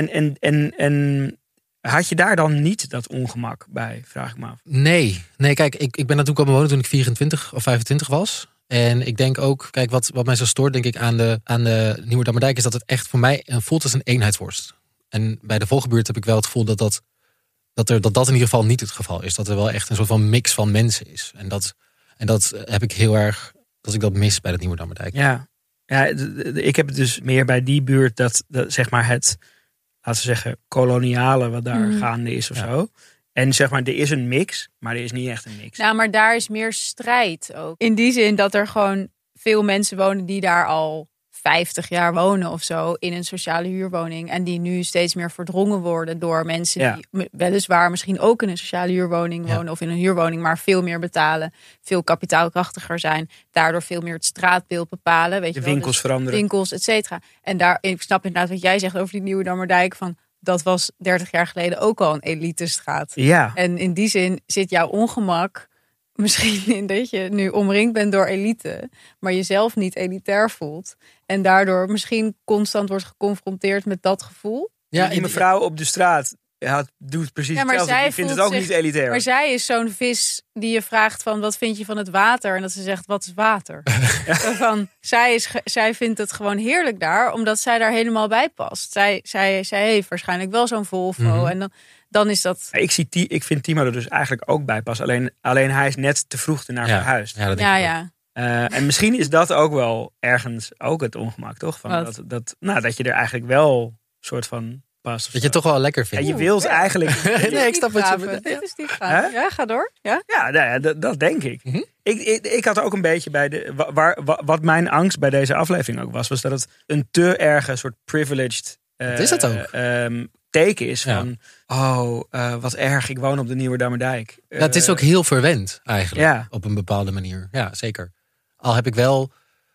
en had je daar dan niet dat ongemak bij, vraag ik me af? Nee, kijk, ik ben natuurlijk komen wonen toen ik 24 of 25 was. En ik denk ook, kijk, wat mij zo stoort, denk ik, aan de Nieuwdammerdijk, is dat het echt voor mij voelt als een eenheidsworst. En bij de Vogelbuurt heb ik wel het gevoel dat in ieder geval niet het geval is. Dat er wel echt een soort van mix van mensen is. En dat heb ik heel erg, dat ik dat mis bij de Nieuwdammerdijk. Ja, ik heb het dus meer bij die buurt dat zeg maar het, laten we zeggen, koloniale wat daar gaande is of zo. En zeg maar, er is een mix, maar er is niet echt een mix. Nou, maar daar is meer strijd ook. In die zin dat er gewoon veel mensen wonen die daar al 50 jaar wonen of zo in een sociale huurwoning. En die nu steeds meer verdrongen worden door mensen die weliswaar misschien ook in een sociale huurwoning wonen of in een huurwoning, maar veel meer betalen, veel kapitaalkrachtiger zijn, daardoor veel meer het straatbeeld bepalen. Weet je wel? Winkels veranderen. Winkels, et cetera. En ik snap inderdaad wat jij zegt over die Nieuwedammerdijk, van dat was 30 jaar geleden ook al een elitestraat. Ja. En in die zin zit jouw ongemak misschien in dat je nu omringd bent door elite, maar jezelf niet elitair voelt. En daardoor misschien constant wordt geconfronteerd met dat gevoel. Ja, die mevrouw op de straat doet precies hetzelfde. Die vindt het ook niet elitair. Maar zij is zo'n vis die je vraagt van wat vind je van het water? En dat ze zegt, wat is water? Zij vindt het gewoon heerlijk daar, omdat zij daar helemaal bij past. Zij heeft waarschijnlijk wel zo'n Volvo. Mm-hmm. En dan is dat... Ik vind Timo er dus eigenlijk ook bij pas. Alleen hij is net te vroeg ernaar verhuisd. Ja, dat denk ik ook. En misschien is dat ook wel ergens ook het ongemak, toch? Van dat je er eigenlijk wel soort van past. Dat je het toch wel lekker vindt. En je wilt eigenlijk... Nee, ik snap wat je bedoelt. Dit is diepgaand. Ja, ga door. Ja, dat denk ik. Mm-hmm. Ik had ook een beetje bij wat mijn angst bij deze aflevering ook was dat het een te erge soort privileged... dat is het ook. Teken is van, wat erg, ik woon op de Nieuwerdammerdijk. Het is ook heel verwend eigenlijk, op een bepaalde manier. Ja, zeker. Al heb ik wel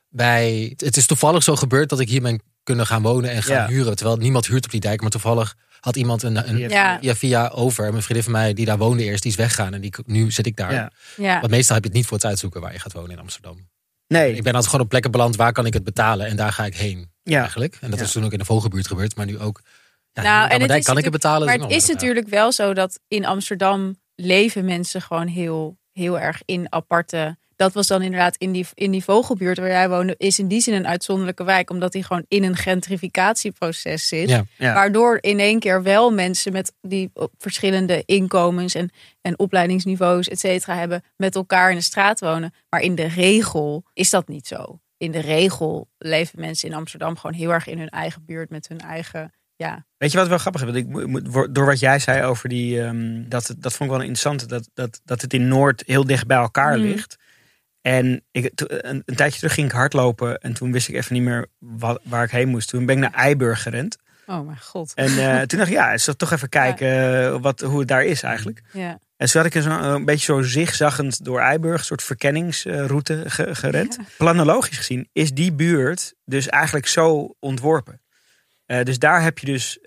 het is toevallig zo gebeurd dat ik hier ben kunnen gaan wonen en gaan huren. Terwijl niemand huurt op die dijk, maar toevallig had iemand via over. Mijn vriendin van mij die daar woonde eerst, die is weggegaan en nu zit ik daar. Ja. Want meestal heb je het niet voor het uitzoeken waar je gaat wonen in Amsterdam. Nee. Ik ben altijd gewoon op plekken beland, waar kan ik het betalen en daar ga ik heen eigenlijk. En dat is toen ook in de Vogelbuurt gebeurd, maar nu ook... Ja, en het kan ik het betalen. Maar het is natuurlijk wel zo dat in Amsterdam leven mensen gewoon heel, heel erg in aparte... Dat was dan inderdaad in die Vogelbuurt waar jij woonde, is in die zin een uitzonderlijke wijk, omdat die gewoon in een gentrificatieproces zit. Ja. Waardoor in één keer wel mensen met die verschillende inkomens en opleidingsniveaus, et cetera, hebben met elkaar in de straat wonen. Maar in de regel is dat niet zo. In de regel leven mensen in Amsterdam gewoon heel erg in hun eigen buurt met hun eigen... Ja. Weet je wat wel grappig is? Door wat jij zei over dat vond ik wel interessant. Dat het in Noord heel dicht bij elkaar ligt. En een tijdje terug ging ik hardlopen. En toen wist ik even niet meer waar ik heen moest. Toen ben ik naar Eiburg gerend. Oh mijn god. En toen dacht ik, ik zal toch even kijken hoe het daar is eigenlijk. Ja. En toen had ik een beetje zo zigzaggend door Eiburg. Een soort verkenningsroute gerend. Ja. Planologisch gezien is die buurt dus eigenlijk zo ontworpen. Dus daar heb je dus...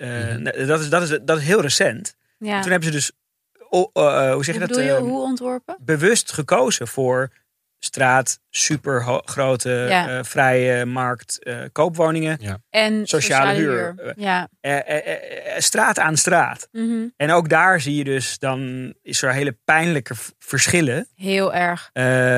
dat is heel recent. Ja. Toen hebben ze dus... hoe zeg je dat? Hoe ontworpen? Bewust gekozen voor straat, super grote vrije markt, koopwoningen. Ja. En sociale huur. Straat aan straat. Mm-hmm. En ook daar zie je dus, dan is er hele pijnlijke verschillen. Heel erg.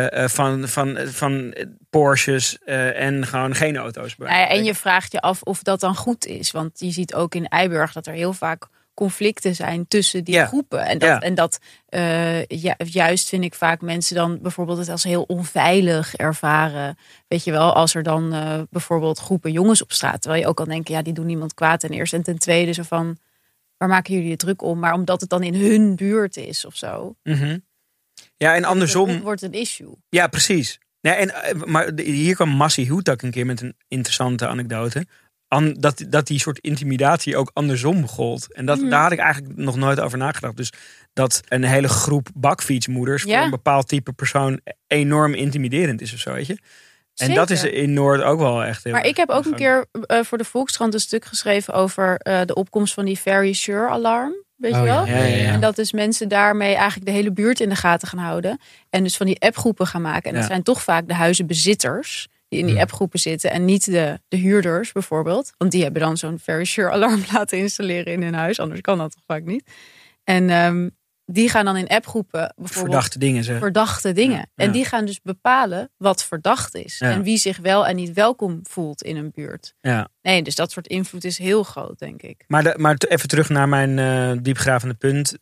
Van Porsches en gewoon geen auto's. En je vraagt je af of dat dan goed is. Want je ziet ook in Eiburg dat er heel vaak conflicten zijn tussen die groepen. En dat juist vind ik vaak mensen dan bijvoorbeeld het als heel onveilig ervaren. Weet je wel, als er dan bijvoorbeeld groepen jongens op straat. Terwijl je ook al denkt, die doen niemand kwaad ten eerste. En ten tweede zo van, waar maken jullie je druk om? Maar omdat het dan in hun buurt is of zo. Mm-hmm. Ja, en andersom... Het wordt een issue. Ja, precies. Maar hier kwam Massie Hoetak een keer met een interessante anekdote. Dat die soort intimidatie ook andersom gold. En daar had ik eigenlijk nog nooit over nagedacht. Dus dat een hele groep bakfietsmoeders voor een bepaald type persoon enorm intimiderend is of zo, weet je. En Zeker. Dat is in Noord ook wel echt heel... Maar ik heb ook een keer voor de Volkskrant een stuk geschreven over de opkomst van die Very Sure alarm. Weet je wel? Ja. En dat dus mensen daarmee eigenlijk de hele buurt in de gaten gaan houden. En dus van die appgroepen gaan maken. En dat zijn toch vaak de huizenbezitters die in die appgroepen zitten. En niet de huurders bijvoorbeeld. Want die hebben dan zo'n Very Sure alarm laten installeren in hun huis. Anders kan dat toch vaak niet. En die gaan dan in appgroepen bijvoorbeeld... Verdachte dingen. Ja. En die gaan dus bepalen wat verdacht is. Ja. En wie zich wel en niet welkom voelt in een buurt. Ja. Nee, dus dat soort invloed is heel groot, denk ik. Maar even terug naar mijn diepgravende punt.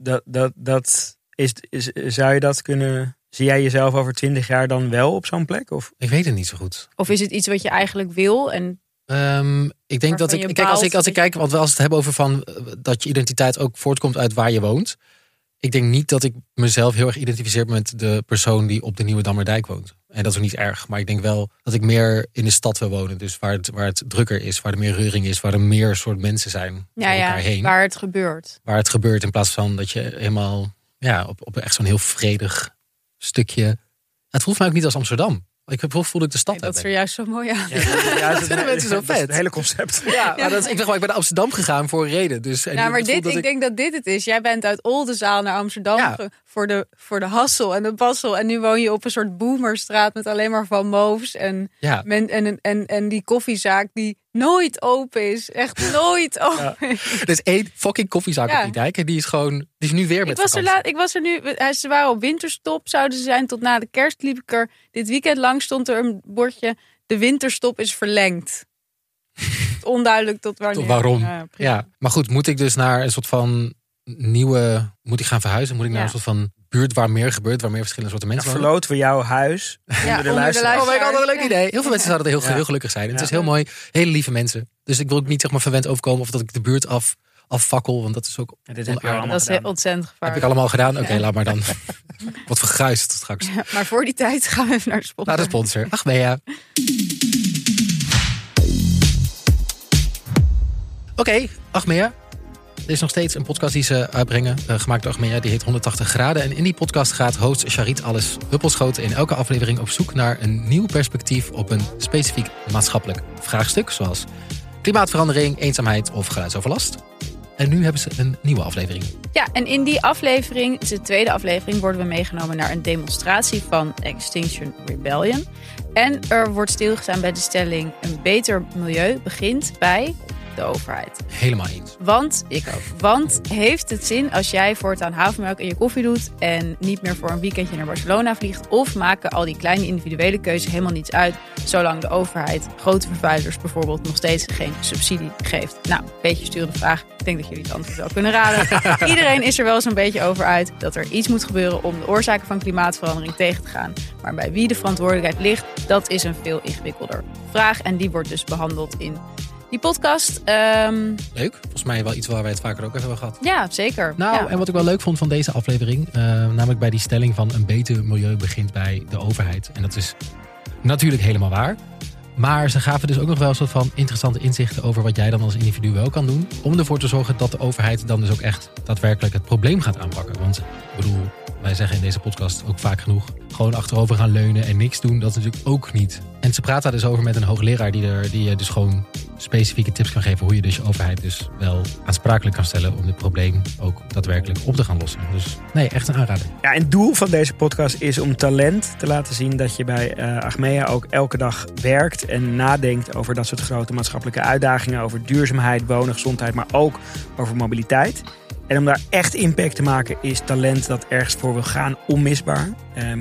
Zou je dat kunnen... Zie jij jezelf over 20 jaar dan wel op zo'n plek? Of? Ik weet het niet zo goed. Of is het iets wat je eigenlijk wil? En ik denk dat ik... Kijk, als ik kijk, want we als het hebben over van dat je identiteit ook voortkomt uit waar je woont. Ik denk niet dat ik mezelf heel erg identificeer met de persoon die op de Nieuwe Dammerdijk woont. En dat is ook niet erg. Maar ik denk wel dat ik meer in de stad wil wonen. Dus waar het drukker is, waar er meer reuring is, waar er meer soort mensen zijn door elkaar heen. Waar het gebeurt. Waar het gebeurt in plaats van dat je helemaal op echt zo'n heel vredig stukje. Het voelt mij ook niet als Amsterdam. Voelde ik de stad. Dat is er juist zo mooi aan. Ja, dat vinden mensen zo vet. Het hele concept. Ja, maar ik ben naar Amsterdam gegaan voor een reden. Dus, maar ik denk dat dit het is. Jij bent uit Oldenzaal naar Amsterdam voor de hassel en de bassel. En nu woon je op een soort boomerstraat met alleen maar Van Moofs. En die koffiezaak die nooit open is. Echt nooit open. Ja. Er is 1 fucking koffiezaak op die dijk. En die is nu weer met vakantie. Ik was er nu. Ze waren op winterstop. Zouden ze zijn tot na de kerst. Liep ik er. Dit weekend lang stond er een bordje. De winterstop is verlengd. Onduidelijk tot wanneer. Tot waarom. Ja, maar goed, moet ik dus naar een soort van nieuwe. Moet ik gaan verhuizen? Moet ik naar een soort van buurt waar meer gebeurt, waar meer verschillende soorten mensen wonen? Verloten we jouw huis onder de luisteraars. Oh my god, wat een leuk idee. Heel veel mensen zouden heel gelukkig zijn. En het is heel mooi. Hele lieve mensen. Dus ik wil ook niet verwend overkomen of dat ik de buurt afvakkel. Want dat is ook dat is ontzettend gevaarlijk. Heb ik allemaal gedaan? Oké, laat maar dan. Wat verguisd straks. Ja, maar voor die tijd gaan we even naar de sponsor. Naar de sponsor. Achmea. Oké, Achmea. Er is nog steeds een podcast die ze uitbrengen, gemaakt door Achmea. Die heet 180 graden. En in die podcast gaat host Charit Alles Huppelschoten in elke aflevering op zoek naar een nieuw perspectief op een specifiek maatschappelijk vraagstuk. Zoals klimaatverandering, eenzaamheid of geluidsoverlast. En nu hebben ze een nieuwe aflevering. Ja, en in die aflevering, de tweede aflevering, worden we meegenomen naar een demonstratie van Extinction Rebellion. En er wordt stilgestaan bij de stelling: een beter milieu begint bij de overheid. Helemaal eens. Want heeft het zin als jij voortaan havermelk in je koffie doet en niet meer voor een weekendje naar Barcelona vliegt? Of maken al die kleine individuele keuzes helemaal niets uit, zolang de overheid grote vervuilers bijvoorbeeld nog steeds geen subsidie geeft? Nou, een beetje sturende vraag. Ik denk dat jullie het antwoord wel kunnen raden. Iedereen is er wel zo'n beetje over uit dat er iets moet gebeuren om de oorzaken van klimaatverandering tegen te gaan. Maar bij wie de verantwoordelijkheid ligt, dat is een veel ingewikkelder vraag. En die wordt dus behandeld in die podcast. Leuk. Volgens mij wel iets waar wij het vaker ook even hebben gehad. Ja, zeker. En wat ik wel leuk vond van deze aflevering, namelijk bij die stelling van een beter milieu begint bij de overheid. En dat is natuurlijk helemaal waar. Maar ze gaven dus ook nog wel een soort van interessante inzichten over wat jij dan als individu wel kan doen. Om ervoor te zorgen dat de overheid dan dus ook echt daadwerkelijk het probleem gaat aanpakken. Want ik bedoel, wij zeggen in deze podcast ook vaak genoeg, gewoon achterover gaan leunen en niks doen, dat is natuurlijk ook niet. En ze praten daar dus over met een hoogleraar die je dus gewoon specifieke tips kan geven hoe je dus je overheid dus wel aansprakelijk kan stellen om dit probleem ook daadwerkelijk op te gaan lossen. Dus nee, echt een aanrader. Ja, en het doel van deze podcast is om talent te laten zien dat je bij Achmea ook elke dag werkt en nadenkt over dat soort grote maatschappelijke uitdagingen, over duurzaamheid, wonen, gezondheid, maar ook over mobiliteit. En om daar echt impact te maken is talent dat ergens voor wil gaan onmisbaar.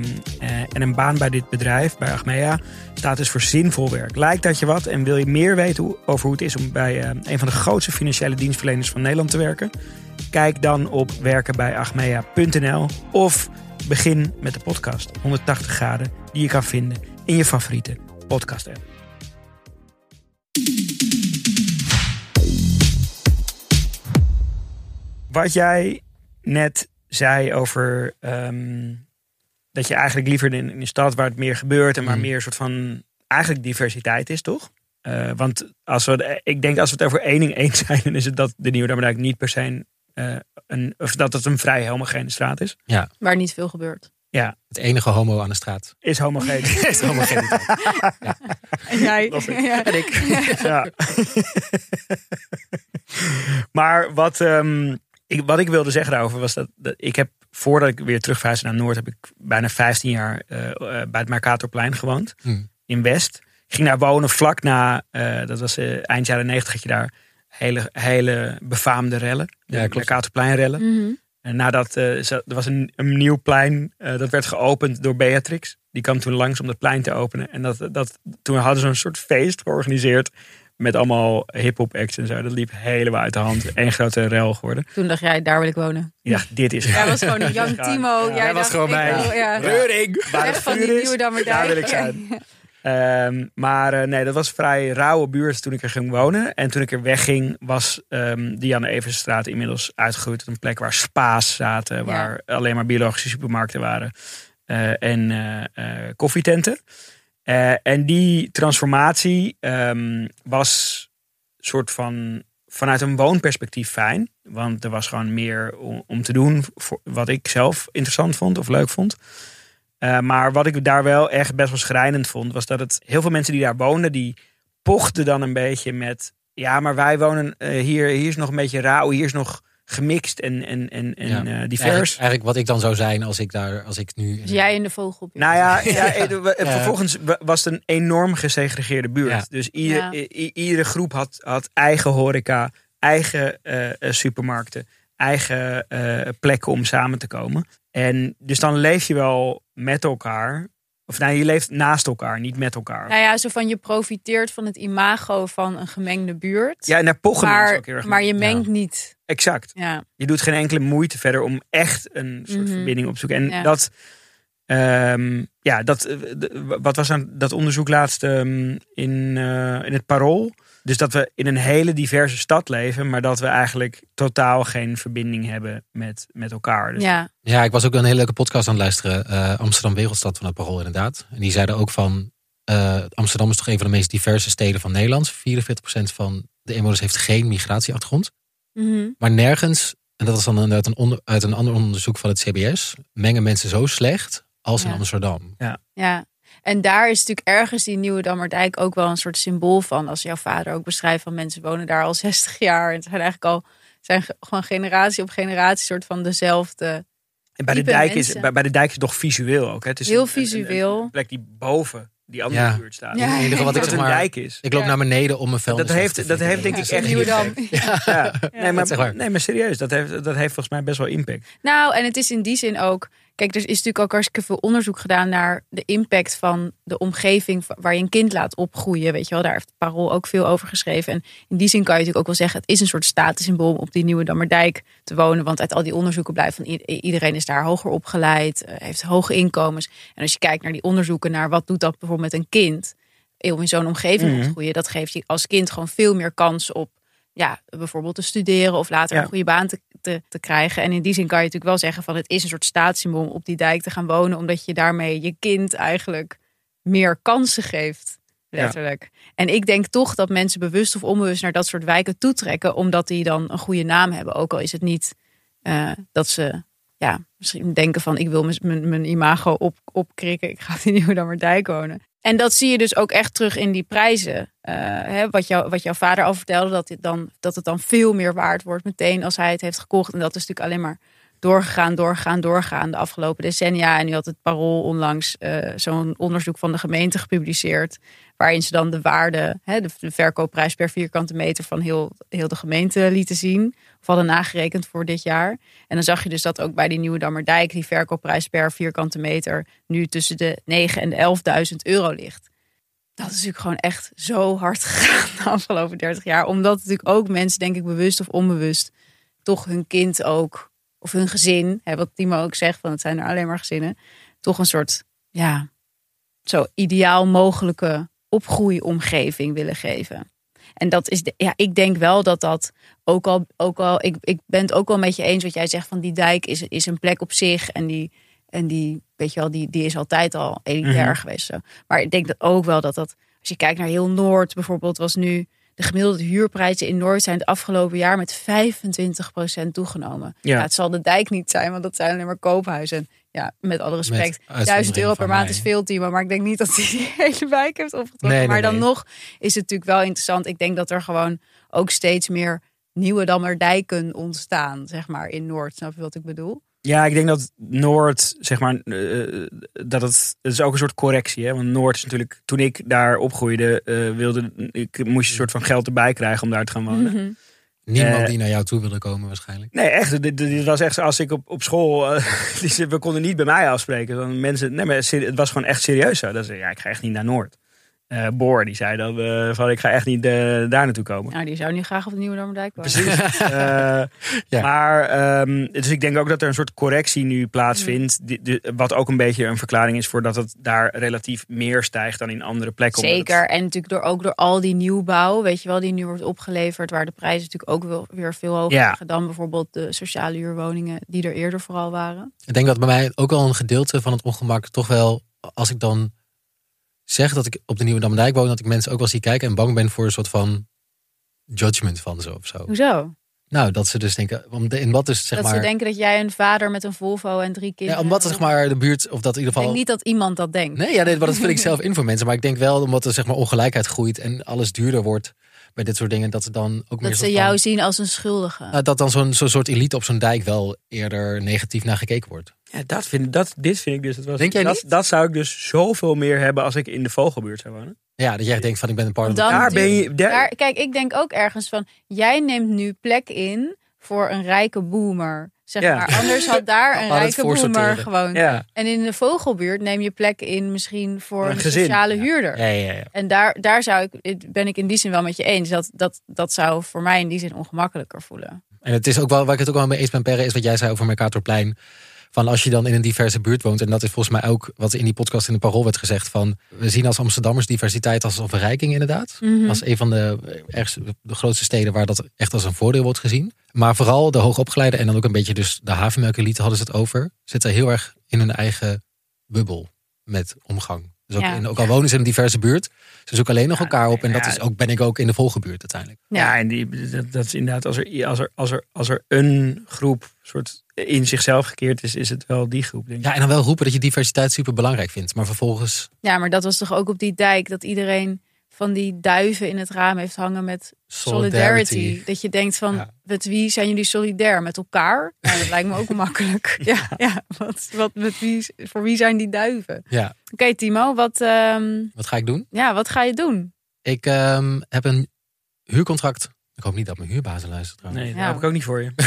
En een baan bij dit bedrijf, bij Achmea, staat dus voor zinvol werk. Lijkt dat je wat en wil je meer weten over hoe het is om bij een van de grootste financiële dienstverleners van Nederland te werken? Kijk dan op werkenbijachmea.nl of begin met de podcast 180 graden die je kan vinden in je favoriete podcast app. Wat jij net zei over dat je eigenlijk liever in een stad waar het meer gebeurt en waar meer soort van eigenlijk diversiteit is, toch? Want ik denk als we het over één ding eens zijn, dan is het dat de Nieuwe Dammerdijk niet per se of dat het een vrij homogene straat is. Ja. Waar niet veel gebeurt. Ja. Het enige homo aan de straat is homogeen. Is homogeen. Ja. En jij? Ja. En ik. Ja. Maar wat ik wilde zeggen daarover was dat ik heb, voordat ik weer terugverhuisde naar Noord, heb ik bijna 15 jaar bij het Mercatorplein gewoond. In West. Ik ging daar wonen vlak na, dat was eind jaren 90, had je daar hele befaamde rellen. De Mercatorpleinrellen. Mm-hmm. En nadat, er was een nieuw plein, dat werd geopend door Beatrix. Die kwam toen langs om dat plein te openen. En toen hadden ze een soort feest georganiseerd met allemaal hip-hop acts en zo. Dat liep helemaal uit de hand. Eén grote rel geworden. Toen dacht jij, daar wil ik wonen. Ja, dit is Jij was gewoon een young Timo. Jij was gewoon mij. Reuring. Echt van die Nieuwe Dammerdijk. Daar wil ik zijn. Maar nee, dat was een vrij rauwe buurt toen ik er ging wonen. En toen ik er wegging, was de Jan Eversstraat inmiddels uitgegroeid tot een plek waar spa's zaten. Waar alleen maar biologische supermarkten waren. En koffietenten. En die transformatie was soort van vanuit een woonperspectief fijn. Want er was gewoon meer om te doen voor wat ik zelf interessant vond of leuk vond. Maar wat ik daar wel echt best wel schrijnend vond, was dat het heel veel mensen die daar woonden, die pochten dan een beetje met, ja, maar wij wonen hier is nog een beetje rauw, hier is nog gemixt en divers. Eigenlijk wat ik dan zou zijn als ik nu... Dus jij in de vogel. Nou ja, vervolgens was het een enorm gesegregeerde buurt. Ja. Dus iedere groep had eigen horeca, eigen supermarkten, eigen plekken om samen te komen. En dus dan leef je wel met elkaar. Of je leeft naast elkaar, niet met elkaar. Nou ja, zo van je profiteert van het imago van een gemengde buurt. Ja, en daar pochen mensen ook heel erg. Maar je mengt niet. Exact. Ja. Je doet geen enkele moeite verder om echt een soort verbinding op te zoeken. En wat was dan dat onderzoek laatst in het Parool? Dus dat we in een hele diverse stad leven, maar dat we eigenlijk totaal geen verbinding hebben met elkaar. Dus ja, ik was ook een hele leuke podcast aan het luisteren. Amsterdam Wereldstad van het Parool inderdaad. En die zeiden ook van, Amsterdam is toch een van de meest diverse steden van Nederland. 44% van de inwoners heeft geen migratieachtergrond. Mm-hmm. Maar nergens, en dat is dan uit een ander onderzoek van het CBS, mengen mensen zo slecht als in Amsterdam. Ja. En daar is natuurlijk ergens die Nieuwedammerdijk ook wel een soort symbool van. Als jouw vader ook beschrijft van mensen wonen daar al 60 jaar. En het zijn gewoon generatie op generatie soort van dezelfde. En bij de dijk is het toch visueel ook. Hè? Het is heel visueel. Een plek die boven die andere buurt staat. Ja. In ieder geval wat ik zeg maar, dijk is. Ik loop naar beneden om mijn vuilnis dat heeft denk ik echt Nieuwedam. Nee, maar serieus. Dat heeft volgens mij best wel impact. Nou, en het is in die zin ook. Kijk, er is natuurlijk ook hartstikke veel onderzoek gedaan naar de impact van de omgeving waar je een kind laat opgroeien. Weet je wel, daar heeft Parool ook veel over geschreven. En in die zin kan je natuurlijk ook wel zeggen, het is een soort statussymbool om op die Nieuwedammerdijk te wonen. Want uit al die onderzoeken blijft van iedereen is daar hoger opgeleid, heeft hoge inkomens. En als je kijkt naar die onderzoeken naar wat doet dat bijvoorbeeld met een kind, om in zo'n omgeving op te groeien, dat geeft je als kind gewoon veel meer kans op bijvoorbeeld te studeren of later een goede baan te krijgen. En in die zin kan je natuurlijk wel zeggen van het is een soort staatssymbool om op die dijk te gaan wonen, omdat je daarmee je kind eigenlijk meer kansen geeft. Letterlijk. Ja. En ik denk toch dat mensen bewust of onbewust naar dat soort wijken toetrekken, omdat die dan een goede naam hebben. Ook al is het niet dat ze misschien denken van ik wil mijn imago opkrikken. Ik ga in Nieuwedammerdijk wonen. En dat zie je dus ook echt terug in die prijzen. Wat jouw vader al vertelde, dat het dan veel meer waard wordt meteen als hij het heeft gekocht. En dat is natuurlijk alleen maar doorgegaan de afgelopen decennia. En nu had het Parool onlangs zo'n onderzoek van de gemeente gepubliceerd, waarin ze dan de waarde, de verkoopprijs per vierkante meter van heel de gemeente lieten zien. Of hadden nagerekend voor dit jaar. En dan zag je dus dat ook bij die Nieuwedammerdijk die verkoopprijs per vierkante meter nu tussen de 9.000 en 11.000 euro ligt. Dat is natuurlijk gewoon echt zo hard gegaan de afgelopen 30 jaar. Omdat natuurlijk ook mensen, denk ik, bewust of onbewust toch hun kind ook, of hun gezin, wat Timo ook zegt, van het zijn er alleen maar gezinnen, toch een soort, zo ideaal mogelijke opgroeiomgeving willen geven. En dat is, ik denk wel dat ook al ik ben het ook wel met je eens wat jij zegt van die dijk is een plek op zich en die weet je wel, die is altijd al elitair geweest. Zo. Maar ik denk dat ook wel dat als je kijkt naar heel Noord bijvoorbeeld, was nu de gemiddelde huurprijzen in Noord zijn het afgelopen jaar met 25% toegenomen. Ja, het zal de dijk niet zijn, want dat zijn alleen maar koophuizen. Ja, met alle respect, €1.000 per maand is veel, Timo. Maar ik denk niet dat hij die hele wijk heeft opgetrokken. Maar dan nog is het natuurlijk wel interessant. Ik denk dat er gewoon ook steeds meer Nieuwedammerdijken ontstaan, zeg maar, in Noord. Snap je wat ik bedoel? Ja, ik denk dat Noord, zeg maar, dat het is ook een soort correctie. Hè? Want Noord is natuurlijk, toen ik daar opgroeide, moest je een soort van geld erbij krijgen om daar te gaan wonen. Mm-hmm. Niemand die naar jou toe wilde komen waarschijnlijk. Nee, echt. Dit was echt als ik op school, we konden niet bij mij afspreken. Dan mensen, maar het was gewoon echt serieus zo. Dat ze, ik ga echt niet naar Noord. Boor, die zei dan van ik ga echt niet daar naartoe komen. Nou, die zou nu graag op de Nieuwe-Dammerdijk wonen. Precies. Ja. Maar dus ik denk ook dat er een soort correctie nu plaatsvindt. Wat ook een beetje een verklaring is voor dat het daar relatief meer stijgt dan in andere plekken. Zeker. En natuurlijk door al die nieuwbouw, weet je wel, die nu wordt opgeleverd, waar de prijzen natuurlijk ook wel weer veel hoger liggen dan bijvoorbeeld de sociale huurwoningen die er eerder vooral waren. Ik denk dat bij mij ook wel een gedeelte van het ongemak toch wel, als ik dan zeg dat ik op de Nieuwe-Dammerdijk woon, dat ik mensen ook wel zie kijken en bang ben voor een soort van judgment van ze of zo. Hoezo? Nou, dat ze dus denken, in wat is zeg dat maar. Ze denken dat jij een vader met een Volvo en 3 kinderen. Ja, omdat zeg maar de buurt of dat in ieder geval. Ik denk niet dat iemand dat denkt. Nee, maar dat vind ik zelf in voor mensen. Maar ik denk wel omdat er zeg maar ongelijkheid groeit en alles duurder wordt bij dit soort dingen, dat ze dan ook meer. Dat ze jou zien als een schuldige. Nou, dat dan zo'n soort elite op zo'n dijk wel eerder negatief naar gekeken wordt. Ja, dit vind ik dus. Denk jij niet? Dat zou ik dus zoveel meer hebben als ik in de Vogelbuurt zou wonen. Ja, dat jij denkt van ik ben een partner. Daar ben je. Kijk, ik denk ook ergens van, jij neemt nu plek in voor een rijke boomer. Zeg maar. Anders had daar een rijke boomer gewoond. Ja. En in de Vogelbuurt neem je plek in misschien voor een sociale huurder. Ja. En daar ben ik in die zin wel met je eens. Dat zou voor mij in die zin ongemakkelijker voelen. En het is ook wel, waar ik het ook wel mee eens ben, Perre, is wat jij zei over Mercatorplein. Van als je dan in een diverse buurt woont, en dat is volgens mij ook wat in die podcast in de Parool werd gezegd, van we zien als Amsterdammers diversiteit als een verrijking inderdaad. Mm-hmm. Als een van de grootste steden waar dat echt als een voordeel wordt gezien. Maar vooral de hoogopgeleide en dan ook een beetje dus de havenmelkelite hadden ze het over, zitten heel erg in hun eigen bubbel met omgang. Dus ook al wonen ze in een diverse buurt, ze zoeken alleen nog elkaar op. En dat is ook, ben ik ook in de Volgebuurt uiteindelijk. Ja, en dat is inderdaad, als er een groep soort in zichzelf gekeerd is het wel die groep, denk ik. Ja, en dan wel roepen dat je diversiteit super belangrijk vindt. Maar vervolgens. Ja, maar dat was toch ook op die dijk dat iedereen van die duiven in het raam heeft hangen met solidarity. Dat je denkt van, met wie zijn jullie solidair? Met elkaar? Nou, dat lijkt me ook makkelijk. Ja, voor wie zijn die duiven? Ja. Oké, Timo, wat ga ik doen? Ja, wat ga je doen? Ik heb een huurcontract. Ik hoop niet dat mijn huurbazen luistert trouwens. Nee, dat heb ik ook niet voor je.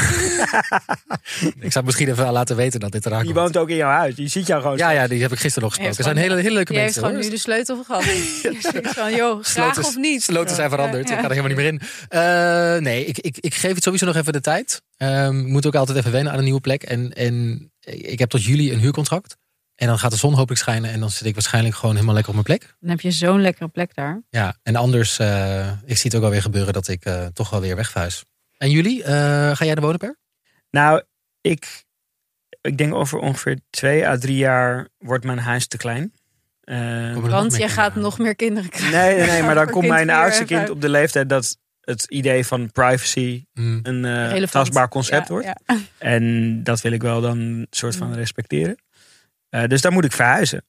Ik zou misschien even laten weten dat dit eraan komt. Die woont ook in jouw huis. Die ziet jou gewoon. Ja, die heb ik gisteren nog gesproken. Er zijn hele leuke mensen. Die heeft gewoon nu de sleutel gehad. Van, joh, graag of niet. Sloten zijn veranderd. Ik ga er helemaal niet meer in. Nee, ik geef het sowieso nog even de tijd. Moet ook altijd even wennen aan een nieuwe plek. En ik heb tot juli een huurcontract. En dan gaat de zon hopelijk schijnen. En dan zit ik waarschijnlijk gewoon helemaal lekker op mijn plek. Dan heb je zo'n lekkere plek daar. Ja, en anders, ik zie het ook wel weer gebeuren dat ik toch wel weer wegverhuis. En jullie, ga jij er wonen, Per? Nou, ik denk over ongeveer 2 à 3 jaar wordt mijn huis te klein. Want jij gaat nog meer kinderen krijgen. Nee, maar dan komt mijn oudste kind op de leeftijd dat het idee van privacy een tastbaar concept wordt. Ja. En dat wil ik wel dan een soort van respecteren. Dus daar moet ik verhuizen.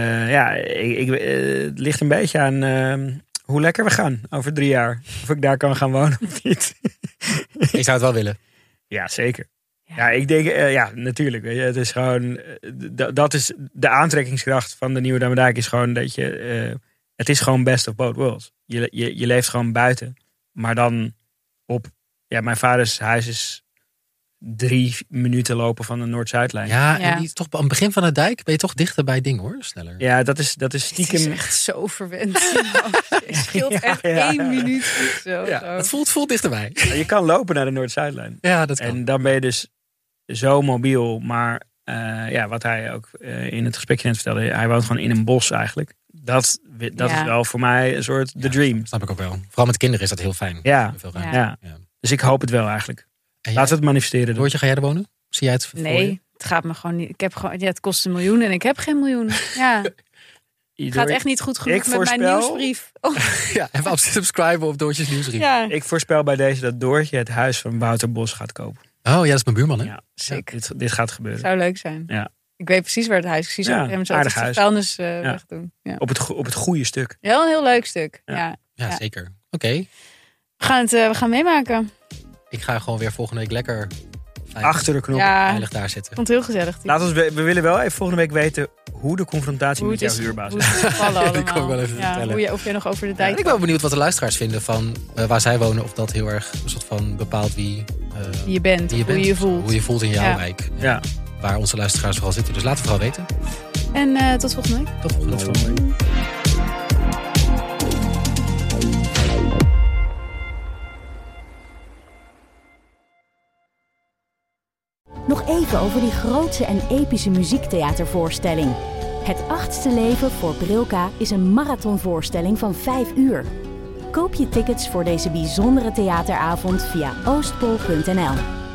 Het ligt een beetje aan hoe lekker we gaan over 3 jaar. Of ik daar kan gaan wonen of niet. Ik zou het wel willen. Ja, zeker. Ja, ik denk, natuurlijk. Weet je, het is gewoon, dat is de aantrekkingskracht van de Nieuwe Dammerdijk is gewoon dat je, het is gewoon best of both worlds. Je leeft gewoon buiten. Maar dan mijn vaders huis is 3 minuten lopen van de Noord-Zuidlijn. Ja, en die is toch aan het begin van de dijk ben je toch dichter bij ding hoor, sneller. Ja, dat is stiekem. Het is echt zo verwend. Het scheelt echt 1 minuut. Zo. Het voelt dichterbij. Je kan lopen naar de Noord-Zuidlijn. Ja, dat kan. En dan ben je dus zo mobiel. Maar wat hij ook in het gesprekje net vertelde, hij woont gewoon in een bos eigenlijk. Dat is wel voor mij een soort the dream. Snap ik ook wel. Vooral met kinderen is dat heel fijn. Ja. Dus ik hoop het wel eigenlijk. Laten we het manifesteren. Doortje, ga jij er wonen? Zie jij het? Nee, het gaat me gewoon niet. Het kost 1 miljoen en ik heb geen miljoen. Ja. Het gaat echt niet goed genoeg met mijn nieuwsbrief. Ja, even subscriben op Doortjes nieuwsbrief. Ja. Ik voorspel bij deze dat Doortje het huis van Wouter Bos gaat kopen. Oh ja, dat is mijn buurman hè? Ja, dit gaat gebeuren. Zou leuk zijn. Ja. Ik weet precies waar het huis is. Ik zie zo hem zo vuilnis wegdoen. Ja. Op het goede stuk. Heel een heel leuk stuk. Ja, zeker. Oké. We gaan meemaken. Ik ga gewoon weer volgende week lekker achter de knop veilig daar zitten. Vond het heel gezellig. We willen wel even volgende week weten hoe de confrontatie met jouw huurbaas is. Die kom ik wel even vertellen. Of jij nog over de dijk. Ik ben wel benieuwd wat de luisteraars vinden van waar zij wonen. Of dat heel erg een soort van bepaalt wie je bent. Hoe je voelt. Hoe je voelt in jouw wijk. Ja. Waar onze luisteraars vooral zitten. Dus laat het vooral weten. En tot volgende week. Tot volgende week. even over die grootse en epische muziektheatervoorstelling. Het 8e leven voor Brilka is een marathonvoorstelling van 5 uur. Koop je tickets voor deze bijzondere theateravond via oostpol.nl.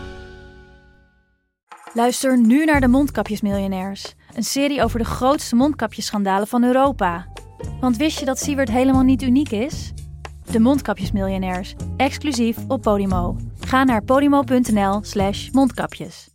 Luister nu naar de Mondkapjesmiljonairs. Een serie over de grootste mondkapjesschandalen van Europa. Want wist je dat Siewert helemaal niet uniek is? De Mondkapjesmiljonairs, exclusief op Podimo. Ga naar podimo.nl/mondkapjes.